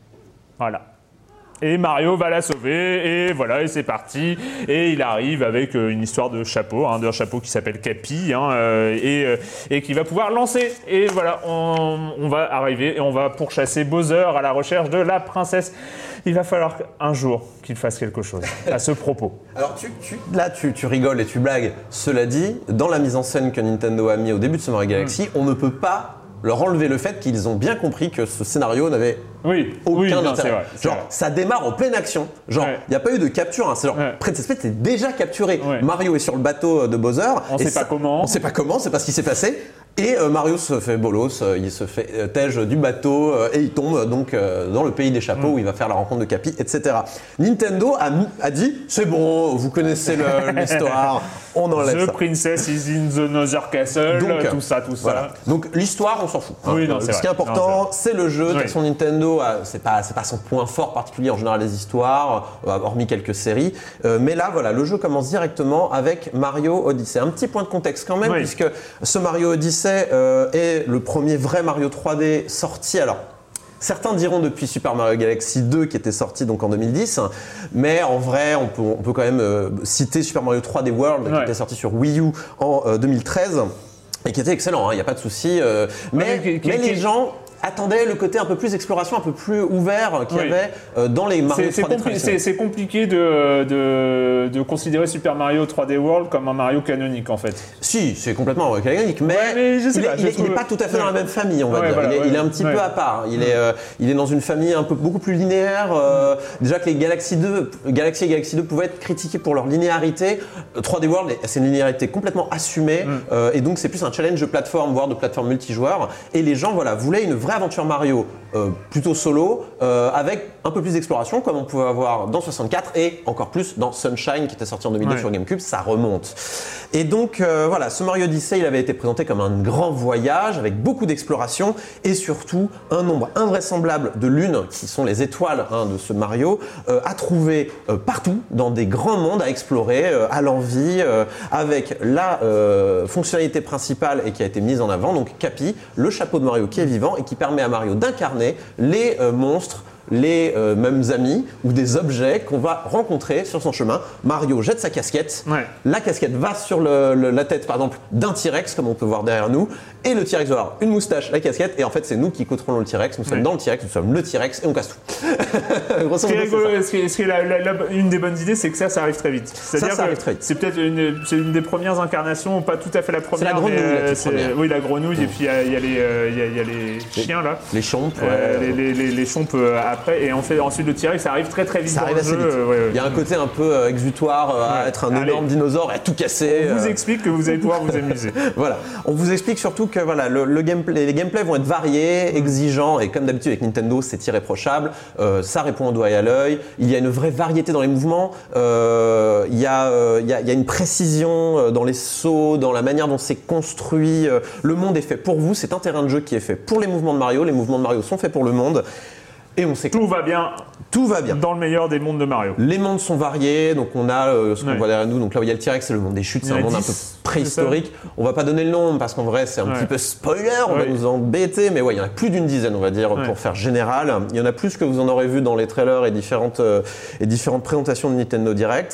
Voilà. Et Mario va la sauver, et voilà, et c'est parti. Et il arrive avec euh, une histoire de chapeau, hein, d'un chapeau qui s'appelle Cappy, hein, euh, et, euh, et qui va pouvoir lancer. Et voilà, on, on va arriver et on va pourchasser Bowser à la recherche de la princesse. Il va falloir un jour qu'il fasse quelque chose à ce propos. Alors tu, tu, là, tu, tu rigoles et tu blagues. Cela dit, dans la mise en scène que Nintendo a mis au début de ce Mario Galaxy, mmh. on ne peut pas leur enlever le fait qu'ils ont bien compris que ce scénario n'avait oui, aucun oui, non, intérêt. c'est vrai, c'est genre, vrai. Ça démarre en pleine action. Genre, il ouais. n'y a pas eu de capture. Hein. C'est genre, ouais. Princess Peach est déjà capturé. Ouais. Mario est sur le bateau de Bowser. On ne sait ça, pas comment. On ne sait pas comment, c'est pas ce qui s'est passé. Et euh, Mario se fait bolos, euh, il se fait euh, tège du bateau euh, et il tombe donc euh, dans le pays des chapeaux mm. où il va faire la rencontre de Cappy, et cetera. Nintendo a, a dit c'est bon, vous connaissez le, l'histoire, on enlève The ça. The princess is in the Nether Castle, donc, tout ça, tout voilà. ça. Donc l'histoire, on s'en fout. Hein. Oui, non, euh, c'est ce vrai. qui est important, non, c'est... c'est le jeu. De toute façon, Nintendo, euh, c'est pas, c'est pas son point fort particulier en général les histoires, euh, hormis quelques séries. Euh, mais là, voilà, le jeu commence directement avec Mario Odyssey. Un petit point de contexte quand même, oui. puisque ce Mario Odyssey euh, est le premier vrai Mario trois D sorti. Alors, certains diront depuis Super Mario Galaxy deux qui était sorti donc en deux mille dix, mais en vrai, on peut, on peut quand même euh, citer Super Mario trois D World ouais. qui était sorti sur Wii U en euh, deux mille treize et qui était excellent, il hein, n'y a pas de souci. Euh, mais, ouais, mais les gens attendait le côté un peu plus exploration, un peu plus ouvert qu'il y oui. avait euh, dans les Mario c'est, trois D c'est, compli- c'est, c'est compliqué de, de, de considérer Super Mario trois D World comme un Mario canonique en fait. Si, c'est complètement canonique, mais, ouais, mais je sais il, pas, est, il, est, trouve... il est pas tout à fait ouais. dans la même famille, on va ouais, dire. Voilà, il, est, ouais, il est un petit ouais. peu à part. Il, ouais. est, euh, il est dans une famille un peu beaucoup plus linéaire. Euh, déjà que les Galaxy deux, Galaxy et Galaxy deux pouvaient être critiqués pour leur linéarité. trois D World, c'est une linéarité complètement assumée, mm. euh, et donc c'est plus un challenge de plateforme, voire de plateforme multijoueur. Et les gens, voilà, voulaient une vraie aventure Mario. Euh, plutôt solo, euh, avec un peu plus d'exploration, comme on pouvait avoir dans soixante-quatre et encore plus dans Sunshine qui était sorti en deux mille deux ouais. sur GameCube, ça remonte. Et donc euh, voilà, ce Mario Odyssey, il avait été présenté comme un grand voyage avec beaucoup d'exploration et surtout un nombre invraisemblable de lunes, qui sont les étoiles hein, de ce Mario, euh, à trouver euh, partout dans des grands mondes à explorer euh, à l'envie, euh, avec la euh, fonctionnalité principale et qui a été mise en avant, donc Cappy, le chapeau de Mario qui est vivant et qui permet à Mario d'incarner les euh, monstres, les euh, mêmes amis ou des objets qu'on va rencontrer sur son chemin. Mario jette sa casquette, Ouais. la casquette va sur le, le- la tête par exemple d'un T-Rex comme on peut voir derrière nous, et le T-Rex va avoir une moustache, la casquette, et en fait c'est nous qui contrôlons le T-Rex, nous sommes Ouais. dans le T-Rex, nous sommes le T-Rex et on casse tout. Grosso Ce qui est modo, c'est rigolo, ça. ce qui est- ce qui est la- la- la- une des bonnes idées, c'est que ça, ça arrive très vite. C'est-à-dire ça arrive que très vite. c'est peut-être une, c'est une des premières incarnations, pas tout à fait la première. la grenouille, mais, la euh, toute c'est- première. Oui, la grenouille, et puis il y a, il y a les, euh, il y a- il y a les chiens là. Les chompes, Euh, ouais. les, les, les, les chompes euh, après, et en fait, ensuite le T-Rex, ça arrive très très vite Ça dans arrive le assez jeu. vite. euh, ouais, ouais. Il y a un côté un peu euh, exutoire euh, à Ouais. être un Allez. énorme dinosaure et à tout casser. On vous euh, explique que vous allez pouvoir vous amuser. Voilà. On vous explique surtout que voilà, le, le gameplay, les gameplays vont être variés, exigeants, et comme d'habitude avec Nintendo, c'est irréprochable. Euh, ça répond au doigt et à l'œil. Il y a une vraie variété dans les mouvements. Euh, il, y a, euh, il, y a, il y a une précision euh, dans les sauts, dans la manière dont c'est construit. Euh, le monde est fait pour vous. C'est un terrain de jeu qui est fait pour les mouvements de Mario. Les mouvements de Mario sont faits pour le monde. Et on sait que Tout va bien tout va bien. dans le meilleur des mondes de Mario. Les mondes sont variés, donc on a euh, ce qu'on Ouais. voit derrière nous, donc là où il y a le T-Rex, c'est le monde des chutes, Il c'est y en un a monde un dix, peu préhistorique. On va pas donner le nom parce qu'en vrai c'est un Ouais. petit peu spoiler, on va Ouais. nous embêter, mais ouais, il y en a plus d'une dizaine, on va dire, Ouais. pour faire général. Il y en a plus que vous en aurez vu dans les trailers et différentes, euh, et différentes présentations de Nintendo Direct.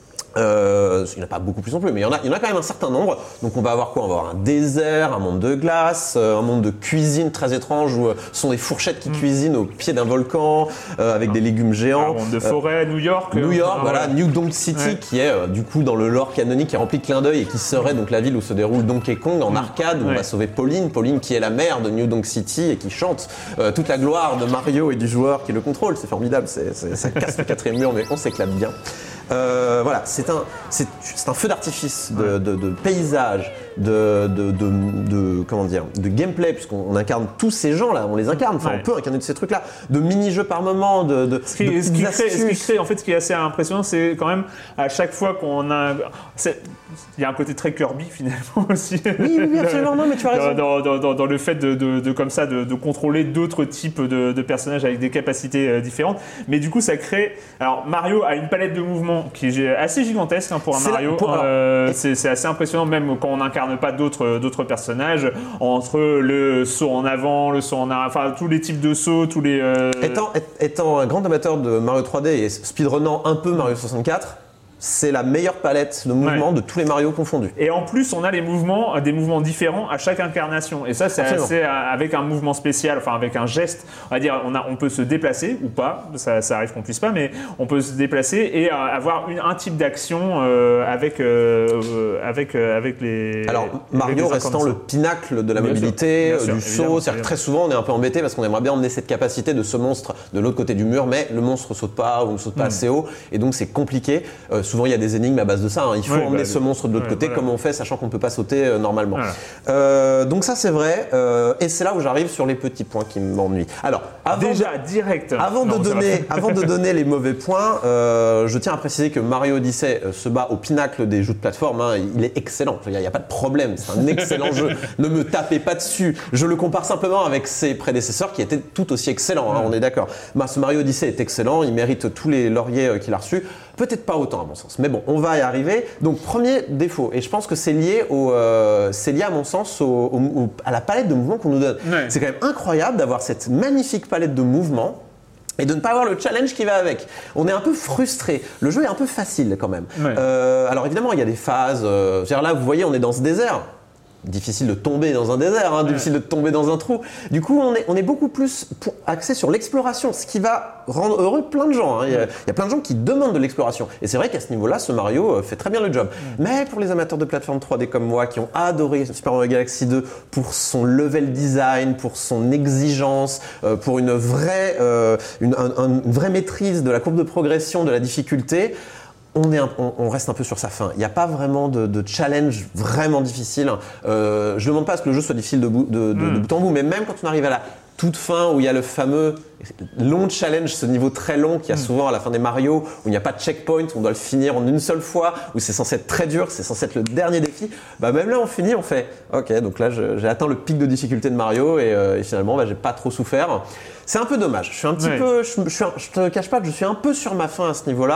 Euh, il n'y en a pas beaucoup plus non plus, mais il y en a, il y en a quand même un certain nombre. Donc on va avoir quoi? On va avoir un désert, un monde de glace, euh, un monde de cuisine très étrange où euh, ce sont des fourchettes qui cuisinent au pied d'un volcan euh, avec des légumes Un géants. monde de Euh, forêt, New York. New euh, York, ah, voilà, ouais. New Donk City, Ouais. qui est euh, du coup dans le lore canonique, qui est rempli de clins d'œil et qui serait donc la ville où se déroule Donkey Kong en arcade, où on Ouais. va sauver Pauline, Pauline qui est la mère de New Donk City et qui chante euh, toute la gloire de Mario et du joueur qui le contrôle. C'est formidable, c'est, c'est- ça casse le quatrième mur, mais on s'éclate bien. Euh, voilà, c'est un, c'est, c'est un feu d'artifice de, de, de paysage, de, de, de, de- comment dire, de gameplay, puisqu'on on incarne tous ces gens-là, on les incarne, enfin Ouais. on peut incarner tous ces trucs-là, de mini-jeux par moment, de, de, Ce qui, de ce qui petites crée, ce qui astuces. crée, en fait, ce qui est assez impressionnant, c'est quand même à chaque fois qu'on a, c'est- il y a un côté très Kirby finalement aussi. Oui, oui, oui, absolument, non, mais tu as raison. Dans, dans, dans, dans le fait de, de, de comme ça de, de contrôler d'autres types de, de personnages avec des capacités euh, différentes, mais du coup ça crée. Alors Mario a une palette de mouvements qui est assez gigantesque hein, pour un C'est la- Mario. pour- alors, Euh, c'est, c'est assez impressionnant même quand on n'incarne pas d'autres d'autres personnages, entre le saut en avant, le saut en arrière, enfin tous les types de sauts, tous les. euh, Étant, est- étant un grand amateur de Mario trois D et speedrunnant un peu Mario soixante-quatre, c'est la meilleure palette de mouvements Ouais. de tous les Mario confondus. Et en plus, on a les mouvements, euh, des mouvements différents à chaque incarnation. Et ça, c'est Absolument. assez, euh, avec un mouvement spécial, enfin avec un geste. On va dire, on, a, on peut se déplacer ou pas. Ça, ça arrive qu'on puisse pas, mais on peut se déplacer et euh, avoir une, un type d'action euh, avec, euh, euh, avec, euh, avec les. Alors avec Mario les restant le incarnations. pinacle de la Bien sûr, mobilité, bien euh, sûr, du évidemment, saut, c'est-à-dire que très souvent on est un peu embêté parce qu'on aimerait bien emmener cette capacité de ce monstre de l'autre côté du mur, mais le monstre saute pas ou ne saute pas Mm. assez haut, et donc c'est compliqué. Euh, souvent il y a des énigmes à base de ça, hein. Il faut Ouais, emmener bah, ce monstre de l'autre ouais, côté, voilà. comme on fait, sachant qu'on peut pas sauter euh, normalement. Voilà. Euh, donc ça c'est vrai, euh, et c'est là où j'arrive sur les petits points qui m'ennuient. Alors avant Déjà, direct. Avant, Non, de ça va. donner, avant de donner les mauvais points, euh, je tiens à préciser que Mario Odyssey euh, se bat au pinacle des jeux de plateforme. Hein. Il est excellent, il n'y a, a pas de problème, c'est un excellent jeu. Ne me tapez pas dessus. Je le compare simplement avec ses prédécesseurs qui étaient tout aussi excellents, hein, on est d'accord. Bah, ce Mario Odyssey est excellent, il mérite tous les lauriers euh, qu'il a reçus. Peut-être pas autant à mon sens, mais bon, on va y arriver. Donc premier défaut, et je pense que c'est lié, au, euh, c'est lié à mon sens au, au- au- à la palette de mouvements qu'on nous donne. Ouais. C'est quand même incroyable d'avoir cette magnifique palette de mouvements et de ne pas avoir le challenge qui va avec. On est un peu frustré. Le jeu est un peu facile quand même. Ouais. Euh, alors évidemment, il y a des phases. Euh, c'est-à-dire là, vous voyez, on est dans ce désert. Difficile de tomber dans un désert, hein, difficile de tomber dans un trou. Du coup, on est, on est beaucoup plus pour- axé sur l'exploration, ce qui va rendre heureux plein de gens. Hein. Il y a, il y a plein de gens qui demandent de l'exploration. Et c'est vrai qu'à ce niveau-là, ce Mario euh, fait très bien le job. Mais pour les amateurs de plateforme trois D comme moi, qui ont adoré Super Mario Galaxy deux pour son level design, pour son exigence, euh, pour une vraie, euh, une, un- un- une vraie maîtrise de la courbe de progression, de la difficulté, on, est un- on, on reste un peu sur sa fin. Il n'y a pas vraiment de, de challenge vraiment difficile. Euh, je ne demande pas à ce que le jeu soit difficile de bout, de, de- de bout en bout, mais même quand on arrive à la toute fin où il y a le fameux long challenge, ce niveau très long qu'il y a souvent à la fin des Mario, où il n'y a pas de checkpoint, on doit le finir en une seule fois, où c'est censé être très dur, c'est censé être le dernier défi, bah même là on finit, on fait ok, donc là je- j'ai atteint le pic de difficulté de Mario et, euh, et finalement bah, j'ai pas trop souffert. C'est un peu dommage, je suis un petit Ouais. peu, je, je, suis un- je te cache pas que je suis un peu sur ma faim à ce niveau-là,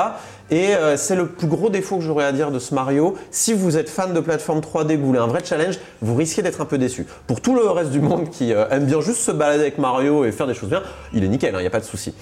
Et euh, c'est le plus gros défaut que j'aurais à dire de ce Mario. Si vous êtes fan de plateforme trois D, que vous voulez un vrai challenge, vous risquez d'être un peu déçu. Pour tout le reste du monde qui euh, aime bien juste se balader avec Mario et faire des choses bien, il est nickel, il hein, n'y a pas de souci.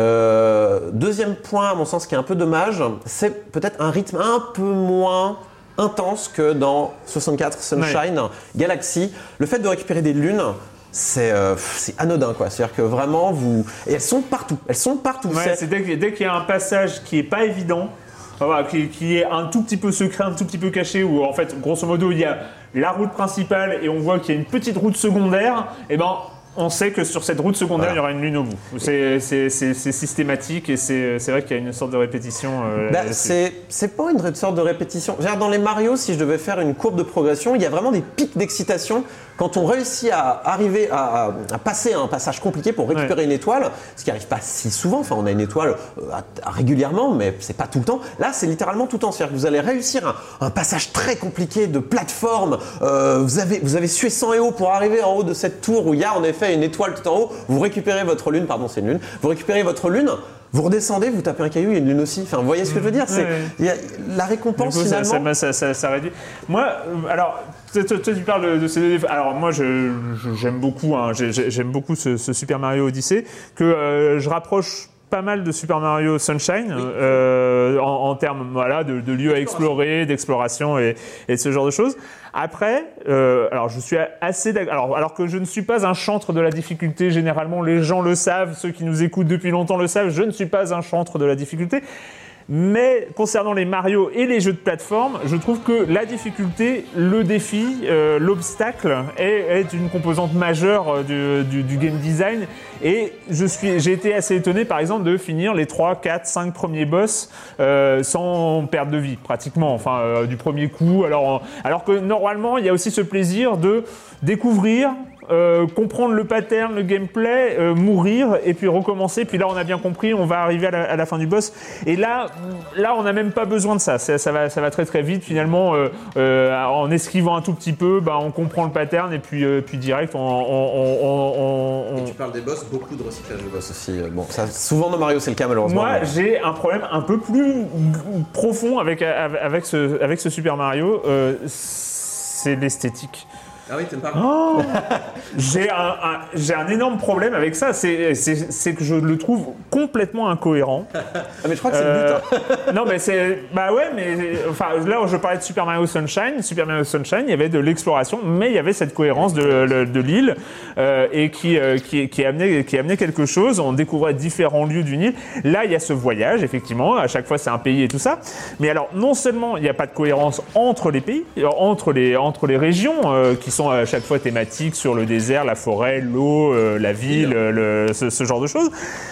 Euh, deuxième point, à mon sens, qui est un peu dommage, c'est peut-être un rythme un peu moins intense que dans soixante-quatre Sunshine, ouais. Galaxy. Le fait de récupérer des lunes, c'est, euh, c'est anodin, quoi. C'est-à-dire que vraiment, vous... Et elles sont partout. Elles sont partout. Ouais, c'est, c'est dès, dès qu'il y a un passage qui est pas évident, voilà, qui, qui est un tout petit peu secret, un tout petit peu caché, où en fait, grosso modo, il y a la route principale et on voit qu'il y a une petite route secondaire, et ben... on sait que sur cette route secondaire, voilà. Il y aura une lune au bout. C'est, c'est, c'est, c'est systématique et c'est, c'est vrai qu'il y a une sorte de répétition. Euh, bah, c'est, c'est pas une sorte de répétition. Dans les Mario, si je devais faire une courbe de progression, il y a vraiment des pics d'excitation quand on réussit à arriver à, à, à passer un passage compliqué pour récupérer ouais. une étoile, ce qui n'arrive pas si souvent. Enfin, on a une étoile à, à, régulièrement, mais c'est pas tout le temps. Là, c'est littéralement tout le temps. C'est-à-dire que vous allez réussir un, un passage très compliqué de plateforme. Euh, vous avez, vous avez sué sang et eau pour arriver en haut de cette tour où il y a en effet une étoile tout en haut. Vous récupérez votre lune, pardon, c'est une lune. Vous récupérez votre lune. Vous redescendez, vous tapez un caillou, il y a une lune aussi. Enfin, vous voyez ce que je veux dire, c'est, ouais. il y a la récompense, coup, finalement. Ça, ça, ça, ça réduit. Moi, alors, toi, tu parles de ces. Alors, moi, je, je, j'aime beaucoup, hein, j'aime beaucoup ce, ce Super Mario Odyssey, que euh, je rapproche pas mal de Super Mario Sunshine, oui. euh, en, en termes voilà, de, de lieux à explorer, d'exploration et, et ce genre de choses. Après, euh, alors je suis assez d'accord. Alors, alors que je ne suis pas un chantre de la difficulté, généralement les gens le savent, ceux qui nous écoutent depuis longtemps le savent, je ne suis pas un chantre de la difficulté. Mais concernant les Mario et les jeux de plateforme, je trouve que la difficulté, le défi, euh, l'obstacle est, est une composante majeure du, du, du game design. Et je suis, j'ai été assez étonné, par exemple, de finir les trois, quatre, cinq premiers boss euh, sans perte de vie, pratiquement, enfin euh, du premier coup. Alors, alors que normalement, il y a aussi ce plaisir de découvrir, Euh, comprendre le pattern, le gameplay, euh, mourir et puis recommencer. Puis là, on a bien compris, on va arriver à la, à la fin du boss. Et là, là, on n'a même pas besoin de ça. ça. Ça va, ça va très très vite. Finalement, euh, euh, en esquivant un tout petit peu, bah, on comprend le pattern et puis, euh, puis direct, on, on, on, on, on... Et tu parles des boss, beaucoup de recyclage de boss aussi. Bon, ça, souvent dans Mario, c'est le cas malheureusement. Moi, mais... j'ai un problème un peu plus profond avec avec ce avec ce Super Mario. Euh, c'est l'esthétique. Ah oui, t'aimes pas oh j'ai, un, un, j'ai un énorme problème avec ça, c'est, c'est, c'est que je le trouve complètement incohérent. Ah mais je crois que c'est euh, le but. Hein. Non mais c'est... Bah ouais, mais... Enfin, là où je parlais de Super Mario Sunshine, Super Mario Sunshine, il y avait de l'exploration, mais il y avait cette cohérence de, de, de l'île euh, et qui, euh, qui, qui, amenait, qui amenait quelque chose. On découvrait différents lieux d'une île. Là, il y a ce voyage, effectivement. À chaque fois, c'est un pays et tout ça. Mais alors, non seulement il n'y a pas de cohérence entre les pays, entre les, entre les régions euh, qui sont à chaque fois thématiques sur le désert, la forêt, l'eau, euh, la ville, le, ce, ce genre de choses.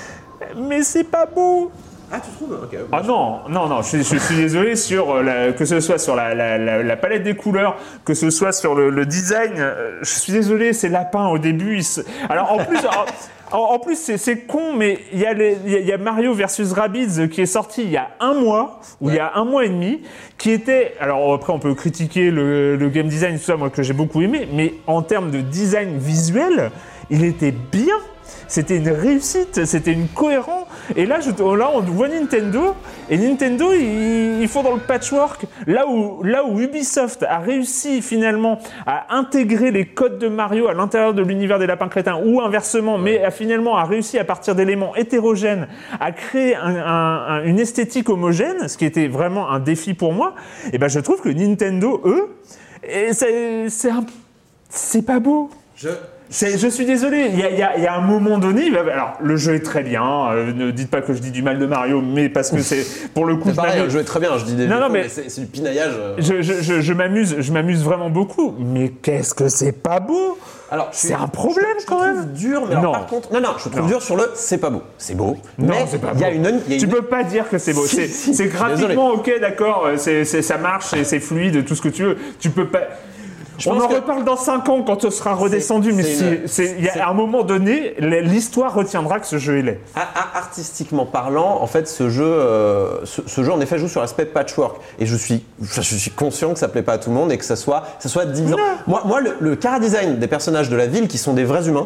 Mais c'est pas beau. Ah, tu trouves? Okay, Ah non, non, non, je, je suis désolé sur la, que ce soit sur la, la, la, la palette des couleurs, que ce soit sur le, le design. Je suis désolé, ces lapins au début, ils se... alors en plus. alors, En plus, c'est, c'est con, mais il y, y, y a Mario versus Rabbids qui est sorti il y a un mois, ou ouais. il y a un mois et demi, qui était... Alors après, on peut critiquer le, le game design, tout ça, moi, que j'ai beaucoup aimé, mais en termes de design visuel, il était bien. C'était une réussite, c'était une cohérence. Et là, je, là, on voit Nintendo, et Nintendo, ils, ils font dans le patchwork. Là où, là où Ubisoft a réussi finalement à intégrer les codes de Mario à l'intérieur de l'univers des lapins crétins, ou inversement, mais a finalement a réussi à partir d'éléments hétérogènes à créer un, un, un, une esthétique homogène, ce qui était vraiment un défi pour moi. Et ben, je trouve que Nintendo, eux, et c'est, c'est, un, c'est pas beau. Je... C'est, je suis désolé, il y a, il y a, il y a un moment donné, alors le jeu est très bien, euh, ne dites pas que je dis du mal de Mario, mais parce que c'est, pour le coup... C'est pareil, le jeu est très bien, je dis des non, défauts, non, mais, mais c'est, c'est du pinaillage. Euh... Je, je, je, je, m'amuse, je m'amuse vraiment beaucoup, mais qu'est-ce que c'est pas beau. Alors, c'est je, un problème je, je quand même. Je trouve dur, mais alors, par contre... Non, non, je trouve non. dur sur le c'est pas beau. C'est beau, non, mais c'est pas il y a beau. une... Y a tu une... peux pas dire que c'est beau. Si, c'est, si, c'est graphiquement, ok, d'accord, c'est, c'est, ça marche, c'est, c'est fluide, tout ce que tu veux. Tu peux pas... Je On en que... reparle dans cinq ans quand on sera redescendu, c'est, mais c'est, une... c'est, il y a, c'est... à un moment donné, l'histoire retiendra que ce jeu est laid. Artistiquement parlant, en fait, ce jeu, euh, ce, ce jeu en effet joue sur l'aspect patchwork, et je suis, je suis conscient que ça plaît pas à tout le monde et que ça soit, ça soit divisant. Moi, moi, le, le chara design des personnages de la ville qui sont des vrais humains.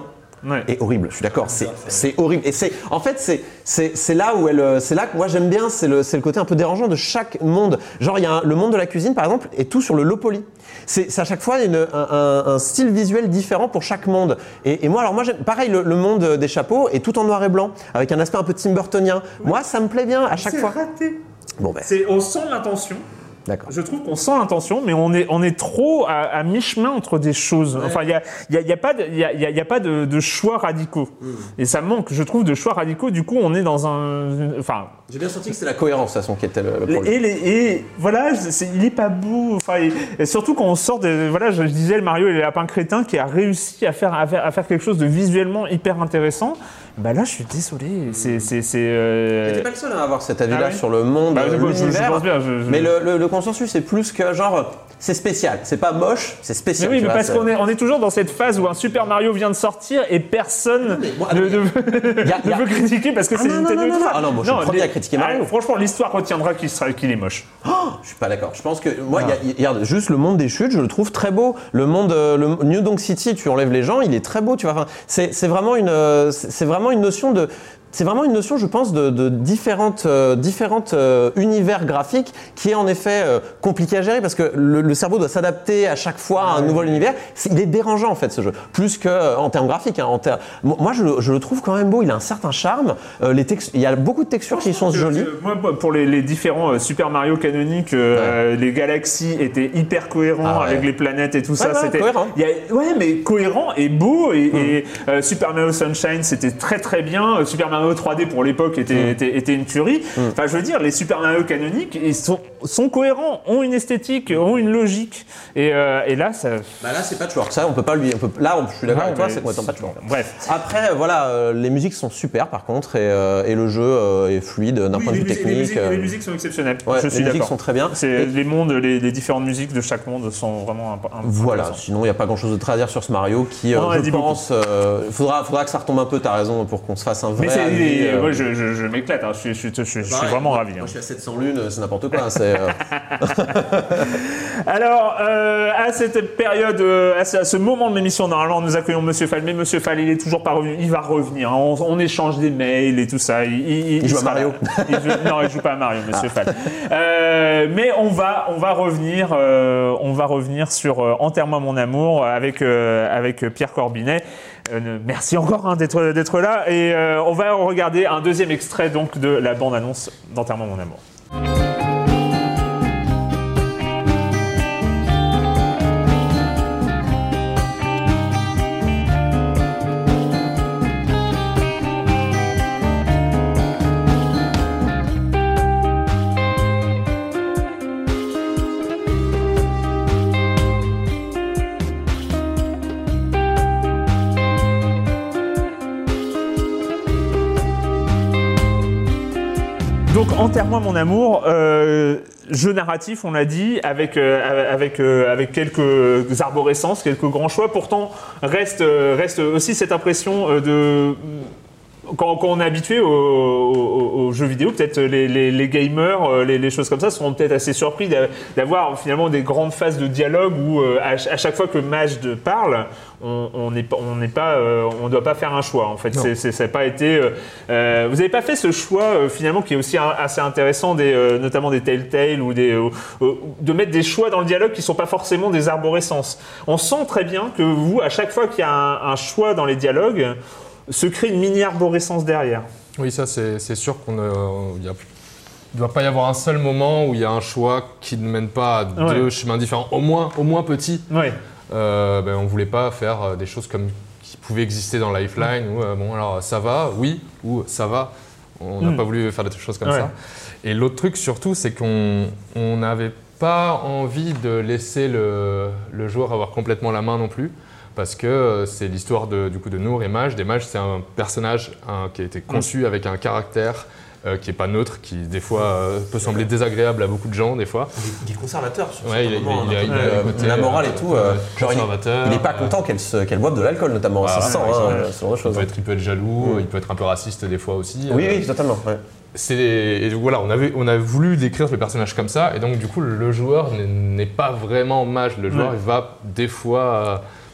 ouais. est horrible. Je suis d'accord, c'est, c'est horrible. Et c'est, en fait, c'est, c'est, c'est là où elle, c'est là que moi j'aime bien, c'est le, c'est le côté un peu dérangeant de chaque monde. Genre, il y a un, le monde de la cuisine, par exemple, est tout sur le low poly. C'est, c'est à chaque fois une, un, un, un style visuel différent pour chaque monde. Et, et moi, alors moi, j'aime, pareil, le, le monde des chapeaux est tout en noir et blanc, avec un aspect un peu Tim Burtonien. Oui. Moi, ça me plaît bien à chaque c'est fois. Raté. Bon ben. C'est, on sent l'intention. D'accord. Je trouve qu'on sent l'intention, mais on est, on est trop à, à mi-chemin entre des choses. Ouais. Enfin, il y a, y a, y a pas de, y a, y a pas de, de choix radicaux. Mmh. Et ça manque, je trouve, de choix radicaux. Du coup, on est dans un, enfin. J'ai bien senti que c'était la cohérence, de toute façon, qui était le, le problème. Et, les, et voilà, c'est, il est pas beau. Enfin, et, et surtout quand on sort de, voilà, je, je disais le Mario et les lapins crétins qui a réussi à faire, à faire, à faire quelque chose de visuellement hyper intéressant. Bah là, je suis désolé. C'est, c'est, c'est. Euh... T'es pas le seul à avoir cet avis-là ah, oui. sur le monde, bah, l'univers. Je, je pense bien, je, je... Mais le, le, le consensus, c'est plus que genre, c'est spécial. C'est pas moche, c'est spécial. Mais oui, mais vois, parce c'est... qu'on est, on est toujours dans cette phase où un Super Mario vient de sortir et personne bon, ne, ne, y a, y a... ne veut critiquer parce que ah, c'est non, Nintendo. Non, non, non, ah non, moi je suis le premier à critiquer Mario. Ah, franchement, l'histoire retiendra qu'il, sera, qu'il est moche. Oh, je suis pas d'accord. Je pense que moi, ah. y a, y a, juste le monde des chutes, je le trouve très beau. Le monde, euh, le New Donk City, tu enlèves les gens, il est très beau. Tu vois, enfin, c'est, c'est vraiment une, euh, c'est vraiment une notion de. C'est vraiment une notion, je pense, de, de différentes, euh, différentes euh, univers graphiques qui est en effet euh, compliqué à gérer parce que le, le cerveau doit s'adapter à chaque fois à un nouvel univers. C'est, il est dérangeant en fait ce jeu, plus que euh, en termes graphiques. Hein, en ter... Moi, je, je le trouve quand même beau. Il a un certain charme. Euh, les tex... Il y a beaucoup de textures qui sont que, jolies. Que, moi, pour les, les différents euh, Super Mario canoniques, euh, ouais. les galaxies étaient hyper cohérents ah, ouais. avec les planètes et tout ouais, ça. Ouais, c'était cohérent. Il y a... ouais, mais cohérent et beau. Et, mmh. et euh, Super Mario Sunshine, c'était très très bien. Super Mario trois D pour l'époque était, mmh. était, était une tuerie. Mmh. Enfin, je veux dire, les Super Mario canoniques, ils sont, sont cohérents, ont une esthétique, ont une logique. Et, euh, et là, ça. Bah là, c'est patchwork. Ça, on peut pas lui. On peut... Là, on, je suis d'accord ouais, avec toi, c'est complètement patchwork. Bref. Après, voilà, euh, les musiques sont super par contre, et, euh, et le jeu euh, est fluide d'un oui, point de vue musiques, technique. Les musiques, euh... les musiques sont exceptionnelles. Ouais, je suis les d'accord. musiques sont très bien. C'est, et... Les mondes, les, les différentes musiques de chaque monde sont vraiment un, un Voilà. Sinon, il n'y a pas grand-chose de très à dire sur ce Mario qui, euh, non, je pense, euh, faudra, faudra que ça retombe un peu. T'as raison pour qu'on se fasse un vrai. Mais c'est, avis, les, euh... moi, je, je, je m'éclate. Hein. Je, je, je, je, je suis vraiment moi, ravi. Moi, hein. je suis à sept cents lunes, c'est n'importe quoi. c'est, euh... Alors, euh, à cette période, euh, à ce moment de l'émission, normalement, nous accueillons Monsieur Fall. Mais Monsieur Fall, il est toujours pas revenu. Il va revenir. Hein. On, on échange des mails et tout ça. Il, il, il, il joue à Mario. il joue, non, il joue pas à Mario, Monsieur ah. Fall. Euh, mais on va, on va revenir, euh, on va revenir sur euh, Enterre-moi mon amour avec euh, avec Pierre Corbinet. Euh, merci encore hein, d'être d'être là et euh, on va regarder un deuxième extrait donc de la bande-annonce d'Enterre-moi mon amour. Donc, Enterre-moi mon amour, euh, jeu narratif, on l'a dit, avec, euh, avec, euh, avec quelques arborescences, quelques grands choix. Pourtant, reste, reste aussi cette impression de... Quand, quand on est habitué aux, aux, aux jeux vidéo, peut-être les, les, les gamers, les, les choses comme ça, seront peut-être assez surpris d'avoir finalement des grandes phases de dialogue où à, à chaque fois que Majd parle, on on n'est pas, on n'est pas, euh, on doit pas faire un choix. En fait, c'est, c'est, ça n'a pas été. Euh, vous n'avez pas fait ce choix euh, finalement qui est aussi un, assez intéressant, des, euh, notamment des Telltale ou des, euh, euh, de mettre des choix dans le dialogue qui sont pas forcément des arborescences. On sent très bien que vous, à chaque fois qu'il y a un, un choix dans les dialogues, se crée une mini-arborescence derrière. Oui, ça c'est, c'est sûr qu'on euh, y a, il ne doit pas y avoir un seul moment où il y a un choix qui ne mène pas à deux ouais. chemins différents, au moins, au moins petits. Ouais. Euh, ben, on ne voulait pas faire des choses comme qui pouvaient exister dans Lifeline, où euh, bon alors ça va, oui, ou ça va. On n'a mm. pas voulu faire des choses comme ouais. ça. Et l'autre truc surtout, c'est qu'on n'avait pas envie de laisser le, le joueur avoir complètement la main non plus. Parce que c'est l'histoire de, du coup, de Nour et Majd. Et Majd, c'est un personnage un, qui a été conçu mmh. avec un caractère euh, qui n'est pas neutre, qui des fois euh, peut sembler désagréable à beaucoup de gens, des fois. Il est conservateur sur ouais, ce il, moment. Il, il, il, il, euh, il, côté, la morale et tout. Euh, genre conservateur. Il n'est pas content qu'elle, se, qu'elle boive de l'alcool, notamment. Ah, ça sent, hein, ce genre de choses. Il peut, être, il peut être jaloux, mmh. il peut être un peu raciste des fois aussi. Oui, euh, oui, totalement. Ouais. C'est, et voilà, on, avait, on a voulu décrire le personnage comme ça, et donc du coup, le joueur n'est, n'est pas vraiment Majd. Le joueur, ouais. il va des fois...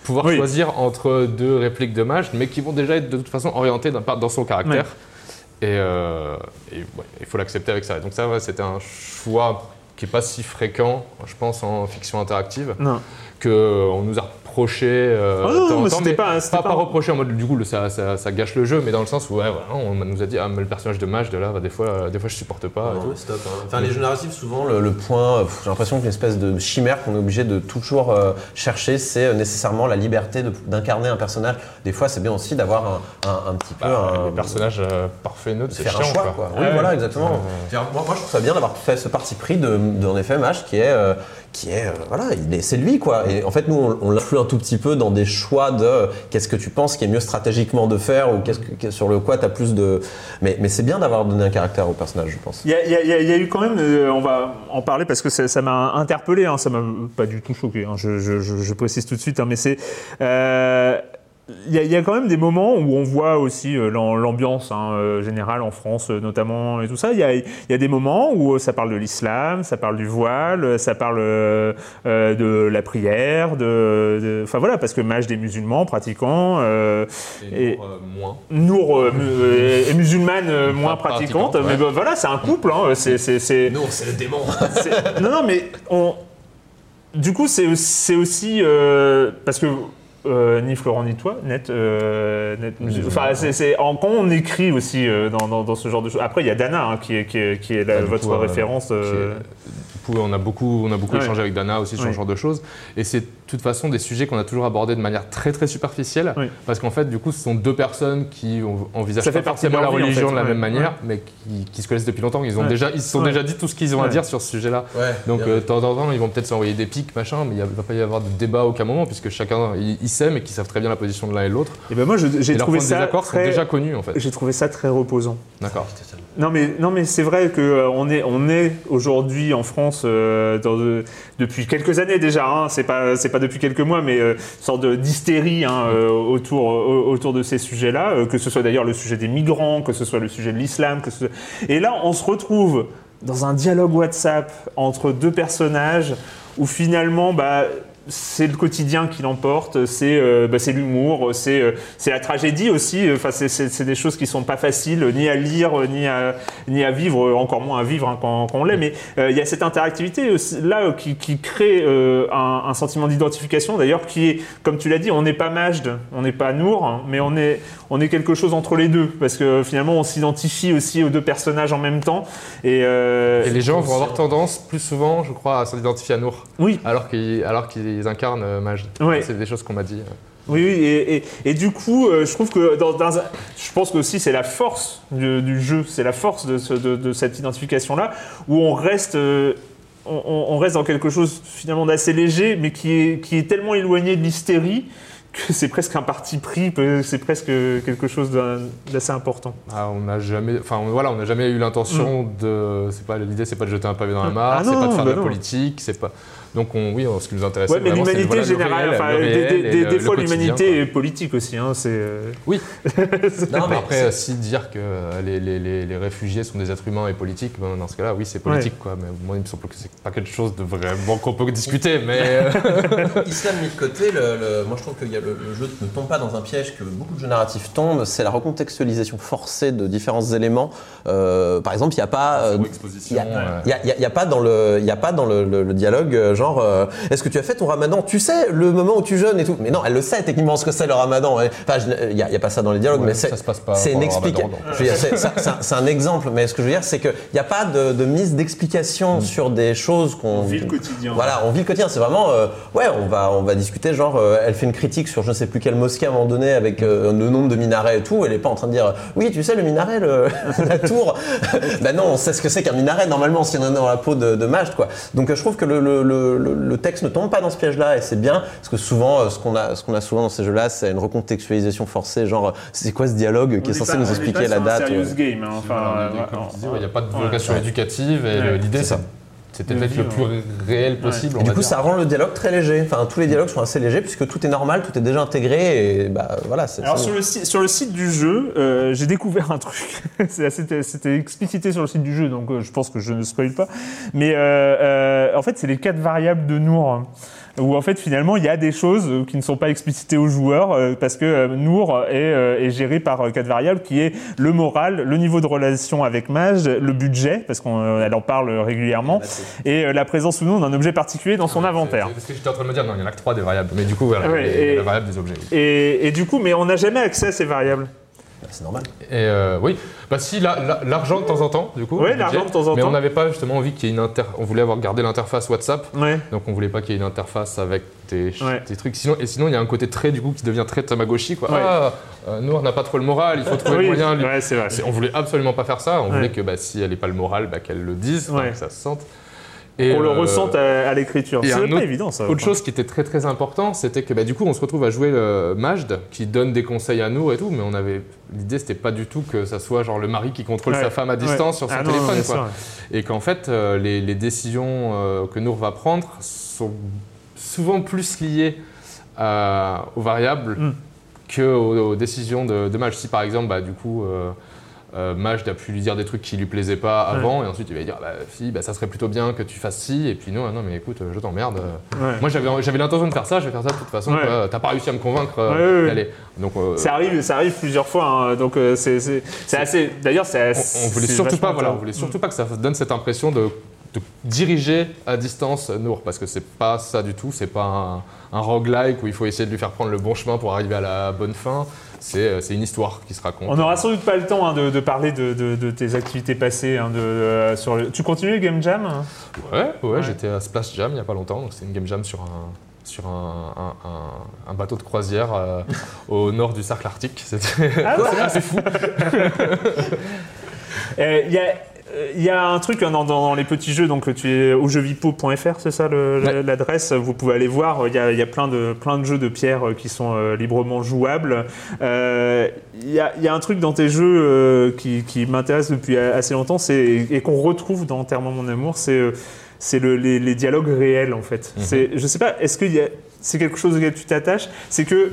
pouvoir oui. choisir entre deux répliques de mage, mais qui vont déjà être de toute façon orientées dans, dans son caractère. Oui. Et, euh, et ouais, il faut l'accepter avec ça. Et donc ça, ouais, c'était un choix qui n'est pas si fréquent, je pense, en fiction interactive, non. qu'on nous a reproché euh, oh non, temps mais temps, c'était mais pas, c'était pas, pas, pas reproché en mode du coup ça, ça, ça gâche le jeu, mais dans le sens où ouais, voilà, on nous a dit ah mais le personnage de mage de là, bah, des fois, des fois je supporte pas. Non, c'est top, hein. Enfin les jeux narratifs souvent le, le point, j'ai l'impression qu'une espèce de chimère qu'on est obligé de toujours euh, chercher, c'est nécessairement la liberté de, d'incarner un personnage. Des fois c'est bien aussi d'avoir un, un, un petit peu bah, un les personnages euh, parfaits neutres, c'est faire chiant, un choix quoi. quoi. Oui, ouais, voilà exactement. Ouais. Moi, moi je trouve ça bien d'avoir fait ce parti pris de, de en effet mage qui est euh, qui est euh, voilà, il est, c'est lui quoi. Et en fait nous on, on l'influe un tout petit peu dans des choix de euh, qu'est-ce que tu penses qui est mieux stratégiquement de faire ou qu'est-ce que, sur le quoi tu as plus de mais, mais c'est bien d'avoir donné un caractère au personnage, je pense. Il y a, y a, y a, y a eu quand même euh, on va en parler parce que ça, ça m'a interpellé, hein, ça m'a pas du tout choqué, hein, je, je, je, je précise tout de suite, hein, mais c'est euh, Il y, a, il y a quand même des moments où on voit aussi euh, l'ambiance hein, euh, générale en France euh, notamment et tout ça. Il y a, il y a des moments où euh, ça parle de l'islam, ça parle du voile, ça parle euh, euh, de la prière, de, de, enfin voilà, parce que mage des musulmans pratiquants euh, et, et Nour euh, moins. Nour euh, mu, et musulmane euh, moins pratiquante, ouais. Mais ben, voilà, c'est un couple. Hein, c'est, c'est, c'est, Nour, c'est le démon. C'est, non, non, mais on, du coup, c'est, c'est aussi euh, parce que. Euh, ni Florent ni toi, net, euh, net enfin, c'est, c'est, en, quand on écrit aussi euh, dans, dans, dans ce genre de choses. Après, il y a Dana hein, qui est, qui est, qui est la, ah, votre coup, référence. Euh, est, on a beaucoup, on a beaucoup ouais. échangé avec Dana aussi sur ouais. ce genre de choses. Et c'est de toute façon des sujets qu'on a toujours abordés de manière très très superficielle. Oui. Parce qu'en fait, du coup, ce sont deux personnes qui envisagent pas forcément la religion en fait. de la ouais. même manière, ouais. mais qui, qui se connaissent depuis longtemps. Ils ont ouais. déjà, ils se sont ouais. déjà dit tout ce qu'ils ont ouais. à dire sur ce sujet-là. Ouais. Donc, de temps en temps, ils vont peut-être s'envoyer des pics, machin, mais il ne va pas y avoir de débat à aucun moment, puisque chacun, ils s'aiment et qu'ils savent très bien la position de l'un et de l'autre. Et ben moi, je, j'ai et trouvé ça très, sont déjà connus en fait. J'ai trouvé ça très reposant. D'accord. Non mais non mais c'est vrai que euh, on est on est aujourd'hui en France euh, dans de, depuis quelques années déjà. Hein, c'est pas c'est pas depuis quelques mois, mais euh, une sorte de, d'hystérie hein, euh, autour euh, autour de ces sujets-là, euh, que ce soit d'ailleurs le sujet des migrants, que ce soit le sujet de l'islam, que ce... et là on se retrouve dans un dialogue WhatsApp entre deux personnages où finalement bah c'est le quotidien qui l'emporte, c'est, euh, bah, c'est l'humour, c'est, euh, c'est la tragédie aussi. Enfin, c'est, c'est, c'est des choses qui sont pas faciles ni à lire, ni à, ni à vivre, encore moins à vivre hein, quand, quand on l'est. Mais il euh, y a cette interactivité aussi, là qui, qui crée euh, un, un sentiment d'identification. D'ailleurs, qui est, comme tu l'as dit, on n'est pas Majd, on n'est pas Nour, hein, mais on est, on est quelque chose entre les deux, parce que finalement, on s'identifie aussi aux deux personnages en même temps. Et, euh, et les gens vont avoir tendance plus souvent, je crois, à s'identifier à Nour. Oui. Alors qu'ils, alors qu'ils ils incarnent euh, Majd. Ouais. C'est des choses qu'on m'a dit. Oui, oui, et, et, et du coup, euh, je trouve que dans, dans un, je pense que aussi c'est la force du, du jeu, c'est la force de, ce, de, de cette identification-là, où on reste, euh, on, on reste dans quelque chose finalement d'assez léger, mais qui est, qui est tellement éloigné de l'hystérie que c'est presque un parti pris, c'est presque quelque chose d'assez important. Ah, on n'a jamais, enfin voilà, on n'a jamais eu l'intention mmh. de, c'est pas l'idée, c'est pas de jeter un pavé dans la mare, ah non, c'est pas de faire bah de la non. politique, c'est pas. Donc on, oui, ce qui nous intéresse, ouais, mais vraiment, l'humanité c'est le, générale, réel, enfin, réel, des, des, des le, fois le l'humanité est politique aussi, hein, c'est. Oui. non, mais après, si dire que les, les, les, les réfugiés sont des êtres humains et politiques, ben, dans ce cas-là, oui, c'est politique, ouais. quoi. Mais moi, il me semble que c'est pas quelque chose de vraiment qu'on peut discuter, mais. Islam mis de côté, le, le, moi je trouve que y a le, le jeu ne tombe pas dans un piège que beaucoup de jeux narratifs tombent, c'est la recontextualisation forcée de différents éléments. Euh, par exemple, il n'y a pas, il euh, y, y, y, y a pas dans le, il y a pas dans le, le, le dialogue genre, euh, est-ce que tu as fait ton Ramadan? Tu sais le moment où tu jeûnes et tout. Mais non, elle le sait techniquement ce que c'est le Ramadan. Enfin, il y, y a pas ça dans les dialogues, ouais, mais c'est, ça se passe pas c'est une explication. C'est, c'est, c'est un exemple, mais ce que je veux dire, c'est que il y a pas de, de mise d'explication mmh. sur des choses qu'on on vit le quotidien. Voilà, on vit le quotidien. C'est vraiment, euh, ouais, on va, on va discuter. Genre, euh, elle fait une critique sur je ne sais plus quelle mosquée à un moment donné avec euh, le nombre de minarets et tout. Elle est pas en train de dire, oui, tu sais le minaret, le, la tour. Ben non, on sait ce que c'est qu'un minaret normalement si on est dans la peau de, de Majd, quoi. Donc euh, je trouve que le, le, le, le texte ne tombe pas dans ce piège-là et c'est bien parce que souvent euh, ce qu'on a, ce qu'on a souvent dans ces jeux-là, c'est une recontextualisation forcée. Genre, c'est quoi ce dialogue qui on est censé pas, nous expliquer la date? C'est un serious game, hein, enfin. Il n'y a pas de vocation ouais, éducative et ouais, l'idée c'est ça. C'était peut-être le plus réel possible. Ouais. Et du coup, dire. ça rend le dialogue très léger. Enfin, tous les dialogues sont assez légers puisque tout est normal, tout est déjà intégré. Et bah voilà. C'est, Alors c'est... sur le site, sur le site du jeu, euh, j'ai découvert un truc. c'est assez, c'était explicité sur le site du jeu, donc euh, je pense que je ne spoil pas. Mais euh, euh, en fait, c'est les quatre variables de Nour. où en fait finalement il y a des choses qui ne sont pas explicitées aux joueurs euh, parce que euh, Nour est, euh, est géré par euh, quatre variables qui est le moral, le niveau de relation avec Majd, le budget parce qu'elle euh, en parle régulièrement et euh, la présence ou non d'un objet particulier dans son ah, inventaire. C'est, c'est ce que j'étais en train de me dire, non il n'y en a que trois des variables, mais du coup voilà, ouais, les, et, les variables des objets. Et, et du coup mais on n'a jamais accès à ces variables. C'est normal. Et euh, oui, bah si la, la, l'argent de temps en temps, du coup. Oui, l'argent de temps en mais temps. on n'avait pas justement envie qu'il y ait une inter. On voulait avoir gardé l'interface WhatsApp, ouais. donc on voulait pas qu'il y ait une interface avec des, ouais. des trucs. Sinon, et sinon il y a un côté très du coup qui devient très Tamagotchi quoi. Ouais. Ah, euh, Nour n'a pas trop le moral, il faut trouver oui, le moyen. Lui. Ouais, c'est vrai. C'est, on voulait absolument pas faire ça. On ouais. voulait que bah, si elle n'est pas le moral, bah, qu'elle le dise, ouais. que ça se sente. Et on euh, le ressente à, à l'écriture. C'est pas autre, évident ça. Autre enfin. chose qui était très très important, c'était que bah, du coup on se retrouve à jouer le Majd qui donne des conseils à Nour et tout, mais on avait l'idée c'était pas du tout que ça soit genre le mari qui contrôle ouais. sa femme à distance ouais. sur son ah téléphone non, quoi. Sûr, ouais. Et qu'en fait euh, les, les décisions euh, que Nour va prendre sont souvent plus liées euh, aux variables mm. qu'aux aux décisions de, de Majd. Si par exemple bah, du coup euh, Euh, Majd a pu lui dire des trucs qui lui plaisaient pas avant ouais. et ensuite il va lui dire bah fille bah, ça serait plutôt bien que tu fasses ci et puis non non mais écoute je t'emmerde ouais. moi j'avais, j'avais l'intention de faire ça je vais faire ça de toute façon ouais. quoi. T'as pas réussi à me convaincre euh, d'aller ouais, donc euh, ça arrive ça arrive plusieurs fois hein, donc euh, c'est, c'est, c'est assez d'ailleurs c'est assez, on, on voulait c'est surtout pas voilà on voulait mmh. surtout pas que ça donne cette impression de de diriger à distance Nour parce que c'est pas ça du tout, c'est pas un, un roguelike où il faut essayer de lui faire prendre le bon chemin pour arriver à la bonne fin, c'est, c'est une histoire qui se raconte. On n'aura sans doute pas le temps hein, de, de parler de, de, de tes activités passées. Hein, de, euh, sur le... Tu continues le Game Jam hein ouais, ouais, ouais, j'étais à Splash Jam il n'y a pas longtemps, donc c'est une Game Jam sur un, sur un, un, un, un bateau de croisière euh, au nord du cercle arctique, c'était ah, c'est assez fou. Il euh, y a... Il y a un truc dans, dans les petits jeux, donc tu es au jeuxvideo point f r, c'est ça le, ouais. l'adresse. Vous pouvez aller voir. Il y a, il y a plein de plein de jeux de pierre qui sont euh, librement jouables. Euh, il, y a, il y a un truc dans tes jeux euh, qui, qui m'intéresse depuis assez longtemps, c'est et qu'on retrouve dans Enterrement mon amour, c'est euh, c'est le, les, les dialogues réels en fait. Mm-hmm. C'est, je sais pas, est-ce que y a, c'est quelque chose auquel tu t'attaches? C'est que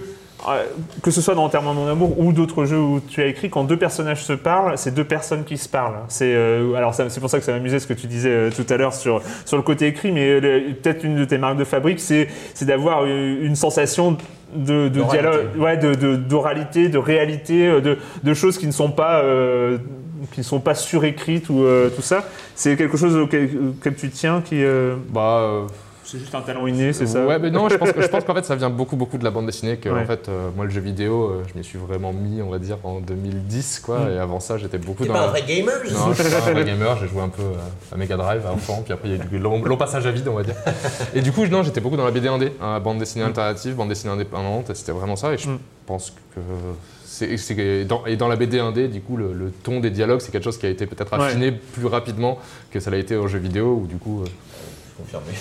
que ce soit dans Enterrement mon amour ou d'autres jeux où tu as écrit, quand deux personnages se parlent, c'est deux personnes qui se parlent. C'est, euh, alors ça, c'est pour ça que ça m'amusait ce que tu disais euh, tout à l'heure sur, sur le côté écrit, mais le, peut-être une de tes marques de fabrique, c'est, c'est d'avoir une, une sensation de, de dialogue, ouais, de, de, d'oralité, de réalité, de, de choses qui ne sont pas, euh, qui ne sont pas surécrites ou euh, tout ça. C'est quelque chose auquel, auquel tu tiens qui... Euh... Bah... Euh... C'est juste un talent inné, c'est ça? Ouais, mais non, je pense, que, je pense qu'en fait, ça vient beaucoup, beaucoup de la bande dessinée. Que, ouais. en fait, euh, moi, le jeu vidéo, euh, je m'y suis vraiment mis, on va dire, en deux mille dix, quoi. Mm. Et avant ça, j'étais beaucoup T'es dans. T'es pas la... un vrai gamer? Non, je suis pas un vrai gamer. J'ai joué un peu à Mega Drive, à enfant, puis après, il y a eu du long, long passage à vide, on va dire. Et du coup, non, j'étais beaucoup dans la B D un D, hein, bande dessinée alternative, bande dessinée indépendante, et c'était vraiment ça. Et je mm. pense que. C'est, c'est, dans, et dans la B D un D, du coup, le, le ton des dialogues, c'est quelque chose qui a été peut-être affiné ouais. plus rapidement que ça l'a été au jeu vidéo, où du coup. Euh, Confirmé.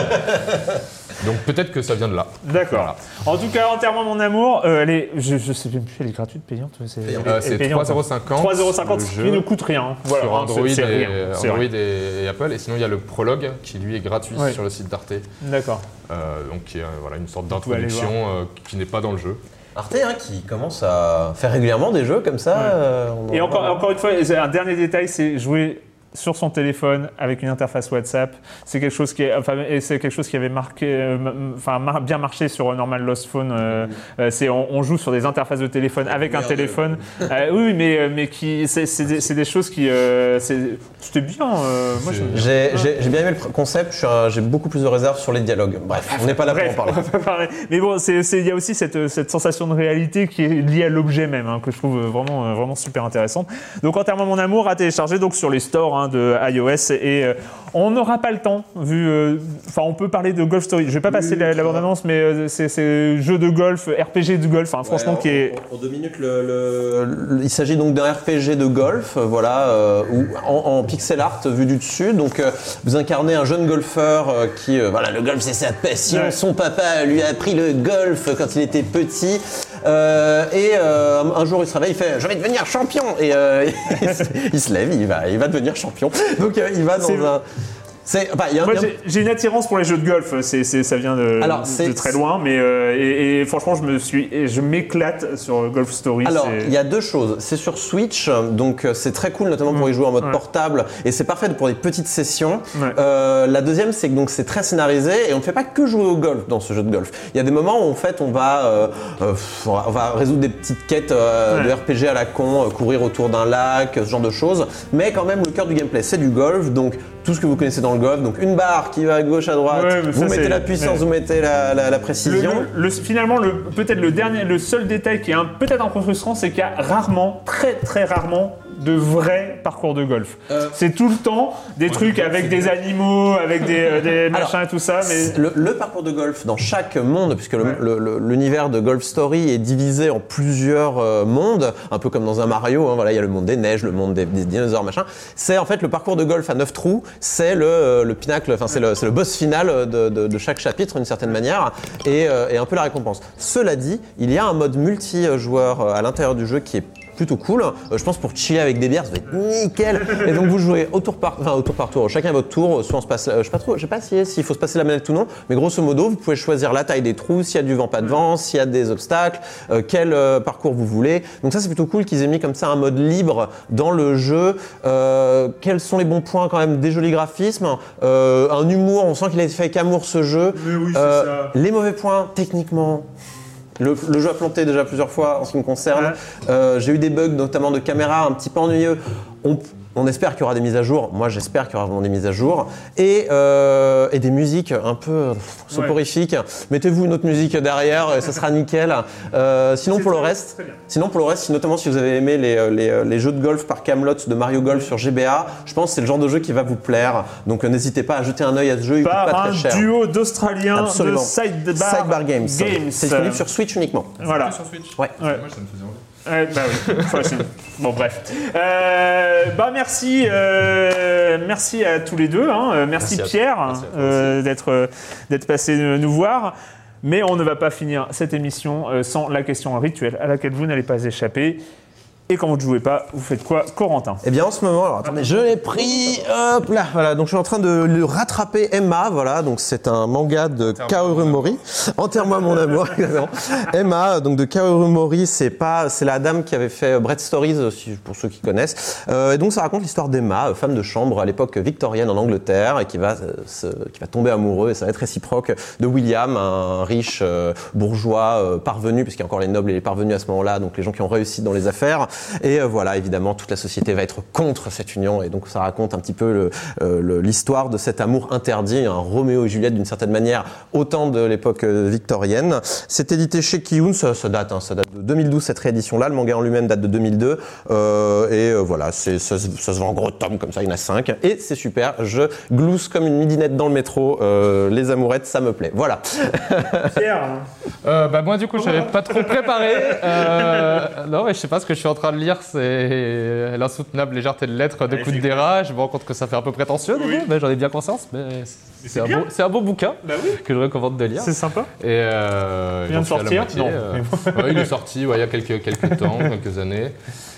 Euh, donc peut-être que ça vient de là. D'accord. Voilà. En tout cas, Enterrement mon amour, euh, elle est, je ne sais même plus, elle est gratuite, payante. C'est, Payant. euh, c'est trois euros cinquante. trois euros cinquante, ce qui ne coûte rien. Voilà, sur Android, c'est, c'est et, rien. Android et, et Apple. Et sinon, il y a le prologue qui lui est gratuit ouais. sur le site d'Arte. D'accord. Euh, donc qui est voilà, une sorte d'introduction euh, qui n'est pas dans le jeu. Arte hein, qui commence à faire régulièrement des jeux comme ça. Ouais. Euh, on et encore, encore une fois, un dernier détail, c'est jouer sur son téléphone avec une interface WhatsApp. C'est quelque chose qui est, enfin, et c'est quelque chose qui avait marqué, euh, enfin mar- bien marché sur Normal Lost Phone. Euh, mmh. euh, c'est on, on joue sur des interfaces de téléphone avec un téléphone. Euh, oui, mais mais qui, c'est, c'est, des, c'est des choses qui, euh, c'est, c'était bien. Euh, moi, j'aime bien. J'ai, j'ai, j'ai bien aimé le concept. Je suis un, j'ai beaucoup plus de réserves sur les dialogues. Bref, on n'est pas là Bref, pour en parler. On va pas parler. Mais bon, c'est, c'est, il y a aussi cette cette sensation de réalité qui est liée à l'objet même, hein, que je trouve vraiment vraiment super intéressante. Donc, Enterrement mon amour à télécharger donc sur les stores hein, de iOS et euh, on n'aura pas le temps vu enfin euh, on peut parler de Golf Story, je vais pas passer oui, la, la bande-annonce mais euh, c'est, c'est jeu de golf, R P G de golf hein, ouais, franchement en, qui est en, en deux minutes le, le, le, il s'agit donc d'un R P G de golf voilà euh, où, en, en pixel art vu du dessus donc euh, vous incarnez un jeune golfeur euh, qui euh, voilà le golf c'est sa passion ouais. Son papa lui a appris le golf quand il était petit euh, et euh, un jour il se réveille il fait je vais devenir champion et euh, il se lève il va, il va devenir champion donc euh, il va dans c'est... un C'est, bah, y a, Moi, y a... j'ai, j'ai une attirance pour les jeux de golf. C'est, c'est, ça vient de, Alors, de très loin, mais euh, et, et franchement, je me suis, et je m'éclate sur Golf Story. Alors, c'est... il y a deux choses. C'est sur Switch, donc c'est très cool, notamment pour y jouer en mode ouais. portable, et c'est parfait pour des petites sessions. Ouais. Euh, la deuxième, c'est que donc c'est très scénarisé, et on ne fait pas que jouer au golf dans ce jeu de golf. Il y a des moments où en fait, on va, euh, euh, on va résoudre des petites quêtes euh, ouais. de R P G à la con, euh, courir autour d'un lac, ce genre de choses. Mais quand même, le cœur du gameplay, c'est du golf, donc tout ce que vous connaissez dans le golf, donc une barre qui va à gauche, à droite, Ouais, vous ça, mettez c'est... la puissance, ouais. vous mettez la, la, la précision. Le, le, le, finalement, le, peut-être le dernier, le seul détail qui est un, peut-être un peu frustrant, c'est qu'il y a rarement, très très rarement, de vrais parcours de golf. Euh, c'est tout le temps des ouais, trucs avec des animaux, avec des, euh, des machins et tout ça. Mais... Le, le parcours de golf dans chaque monde, puisque le, ouais. le, le, l'univers de Golf Story est divisé en plusieurs euh, mondes, un peu comme dans un Mario, hein, voilà, il y a le monde des neiges, le monde des, des dinosaures, machin. C'est en fait le parcours de golf à neuf trous, c'est le, le pinacle, enfin c'est, le, c'est le boss final de, de, de chaque chapitre d'une certaine manière, et, euh, et un peu la récompense. Cela dit, il y a un mode multijoueur à l'intérieur du jeu qui est plutôt cool. Euh, je pense pour chiller avec des bières, ça va être nickel. Et donc vous jouez au tour par, enfin au tour par tour, chacun votre tour. Soit on se passe, euh, je sais pas trop, je sais pas si s'il faut se passer la manette ou non, mais grosso modo, vous pouvez choisir la taille des trous, s'il y a du vent, pas de vent, s'il y a des obstacles, euh, quel euh, parcours vous voulez. Donc ça c'est plutôt cool qu'ils aient mis comme ça un mode libre dans le jeu. Euh, quels sont les bons points quand même? Des jolis graphismes, euh, un humour. On sent qu'il a été fait avec amour ce jeu. Mais oui, euh, c'est ça. Les mauvais points techniquement. Le, le jeu a planté déjà plusieurs fois en ce qui me concerne. Ouais. Euh, j'ai eu des bugs, notamment de caméra, un petit peu ennuyeux. On, on espère qu'il y aura des mises à jour. Moi, j'espère qu'il y aura vraiment des mises à jour. Et, euh, et des musiques un peu soporifiques. Ouais. Mettez-vous une autre musique derrière et ça sera nickel. Euh, sinon, c'est pour très, le reste, sinon, pour le reste, notamment si vous avez aimé les, les, les jeux de golf par Camelot de Mario Golf sur G B A, je pense que c'est le genre de jeu qui va vous plaire. Donc, euh, n'hésitez pas à jeter un œil à ce jeu. Il coûte pas très cher. Par un duo d'Australiens Absolument. de Sidebar, Sidebar Games. Games. C'est disponible sur Switch uniquement. Voilà. Sur Switch. Ouais. ouais. Moi, ça me faisait envie. Ouais, bah oui, bon bref. Euh, bah merci, euh, merci à tous les deux. Hein. Merci, merci Pierre merci euh, d'être d'être passé nous voir. Mais on ne va pas finir cette émission sans la question rituelle à laquelle vous n'allez pas échapper. Et quand vous ne jouez pas, vous faites quoi, Corentin? Eh bien, en ce moment, alors attendez, je l'ai pris, hop là, voilà. Donc, je suis en train de le rattraper, Emma, voilà. Donc, c'est un manga de Kaoru Mori. Enterre-moi mon amour, évidemment. Emma, donc de Kaoru Mori, c'est pas, c'est la dame qui avait fait Bread Stories, pour ceux qui connaissent. Euh, et donc, ça raconte l'histoire d'Emma, femme de chambre à l'époque victorienne en Angleterre, et qui va, euh, se, qui va tomber amoureux, et ça va être réciproque, de William, un riche euh, bourgeois euh, parvenu, puisqu'il y a encore les nobles et les parvenus à ce moment-là, donc les gens qui ont réussi dans les affaires. Et euh, voilà, évidemment, toute la société va être contre cette union. Et donc, ça raconte un petit peu le, euh, le, l'histoire de cet amour interdit, un Roméo et Juliette d'une certaine manière, au temps de l'époque euh, victorienne. C'est édité chez Kiyun, ça, ça date, hein, ça date de deux mille douze, cette réédition-là. Le manga en lui-même date de deux mille deux. Euh, et euh, voilà, c'est, ça, ça se vend en gros tome, comme ça, il y en a cinq. Et c'est super, je glousse comme une midinette dans le métro. Euh, les amourettes, ça me plaît. Voilà. Pierre euh, bah Moi, du coup, j'avais pas trop préparé. Euh, non, mais je sais pas ce que je suis en train de lire, c'est L'insoutenable légèreté de l'être de Kundera. Je me rends compte que ça fait un peu prétentieux, oui. mais j'en ai bien conscience, mais c'est, c'est, un, beau, c'est un beau bouquin bah oui. que je recommande de lire. C'est sympa. Et euh, il vient de sortir moitié, non. Euh, ouais, il est sorti ouais, il y a quelques, quelques temps, quelques années.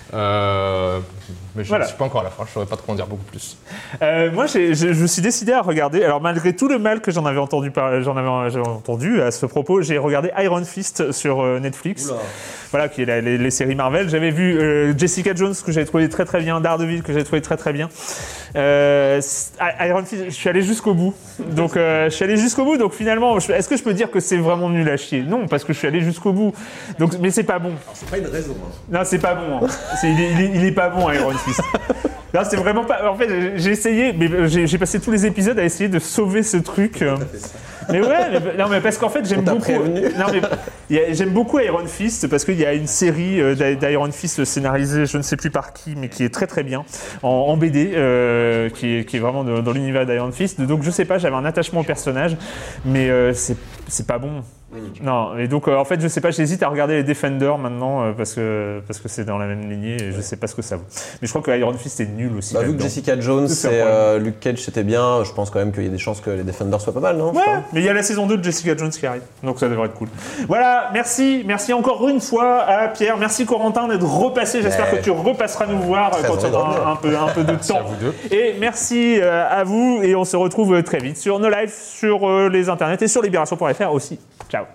Euh, mais je ne voilà. suis pas encore à la fin, je ne saurais pas trop en dire beaucoup plus. Euh, moi, j'ai, je, je me suis décidé à regarder, alors malgré tout le mal que j'en avais entendu, par, j'en avais, j'avais entendu à ce propos, j'ai regardé Iron Fist sur euh, Netflix, Oula. Voilà, qui est la, les, les séries Marvel. J'avais vu euh, Jessica Jones, que j'avais trouvé très très bien, Daredevil, que j'avais trouvé très très bien. Euh, Iron Fist, je suis allé jusqu'au bout. Donc, euh, je suis allé jusqu'au bout, donc finalement, je, est-ce que je peux dire que c'est vraiment nul à chier? Non, parce que je suis allé jusqu'au bout. Donc, mais c'est pas bon. Alors, c'est pas une raison. Hein. Non, c'est pas bon. Hein. C'est, il, est, il, est, il est pas bon, Iron Fist. Non, c'est vraiment pas. En fait, j'ai essayé, mais j'ai, j'ai passé tous les épisodes à essayer de sauver ce truc. Mais ouais, mais, non, mais parce qu'en fait, j'aime beaucoup. Non, mais a, j'aime beaucoup Iron Fist parce qu'il y a une série euh, d'Iron Fist scénarisée, je ne sais plus par qui, mais qui est très très bien en, en B D, euh, qui, est, qui est vraiment de, dans l'univers d'Iron Fist. Donc je sais pas, j'avais un attachement au personnage, mais euh, c'est c'est pas bon. Non, et donc euh, en fait, je sais pas, j'hésite à regarder les Defenders maintenant euh, parce que parce que c'est dans la même lignée et je sais pas ce que ça vaut. Mais je crois que Iron Fist est nul aussi. Bah, vu que Jessica Jones et euh, Luke Cage c'était bien, je pense quand même qu'il y a des chances que les Defenders soient pas mal, non? Ouais, mais il y a la saison deux de Jessica Jones qui arrive, donc ça devrait être cool. Voilà, merci, merci encore une fois à Pierre, merci Corentin d'être repassé. J'espère ouais. que tu repasseras nous voir quand tu auras un, un peu un peu de temps. À vous deux. Et merci euh, à vous et on se retrouve très vite sur nos lives, sur euh, les internets et sur libération point f r aussi. Ciao.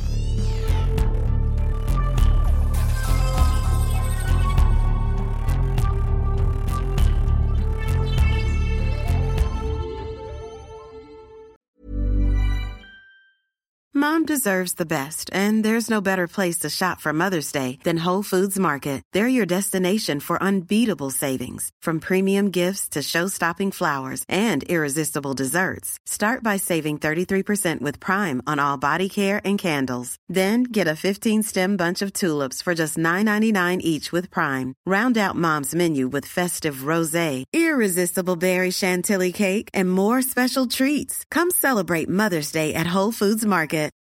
Mom deserves the best, and there's no better place to shop for Mother's Day than Whole Foods Market. They're your destination for unbeatable savings, from premium gifts to show-stopping flowers and irresistible desserts. Start by saving thirty-three percent with Prime on all body care and candles. Then get a fifteen-stem bunch of tulips for just nine ninety-nine each with Prime. Round out Mom's menu with festive rosé, irresistible berry chantilly cake, and more special treats. Come celebrate Mother's Day at Whole Foods Market.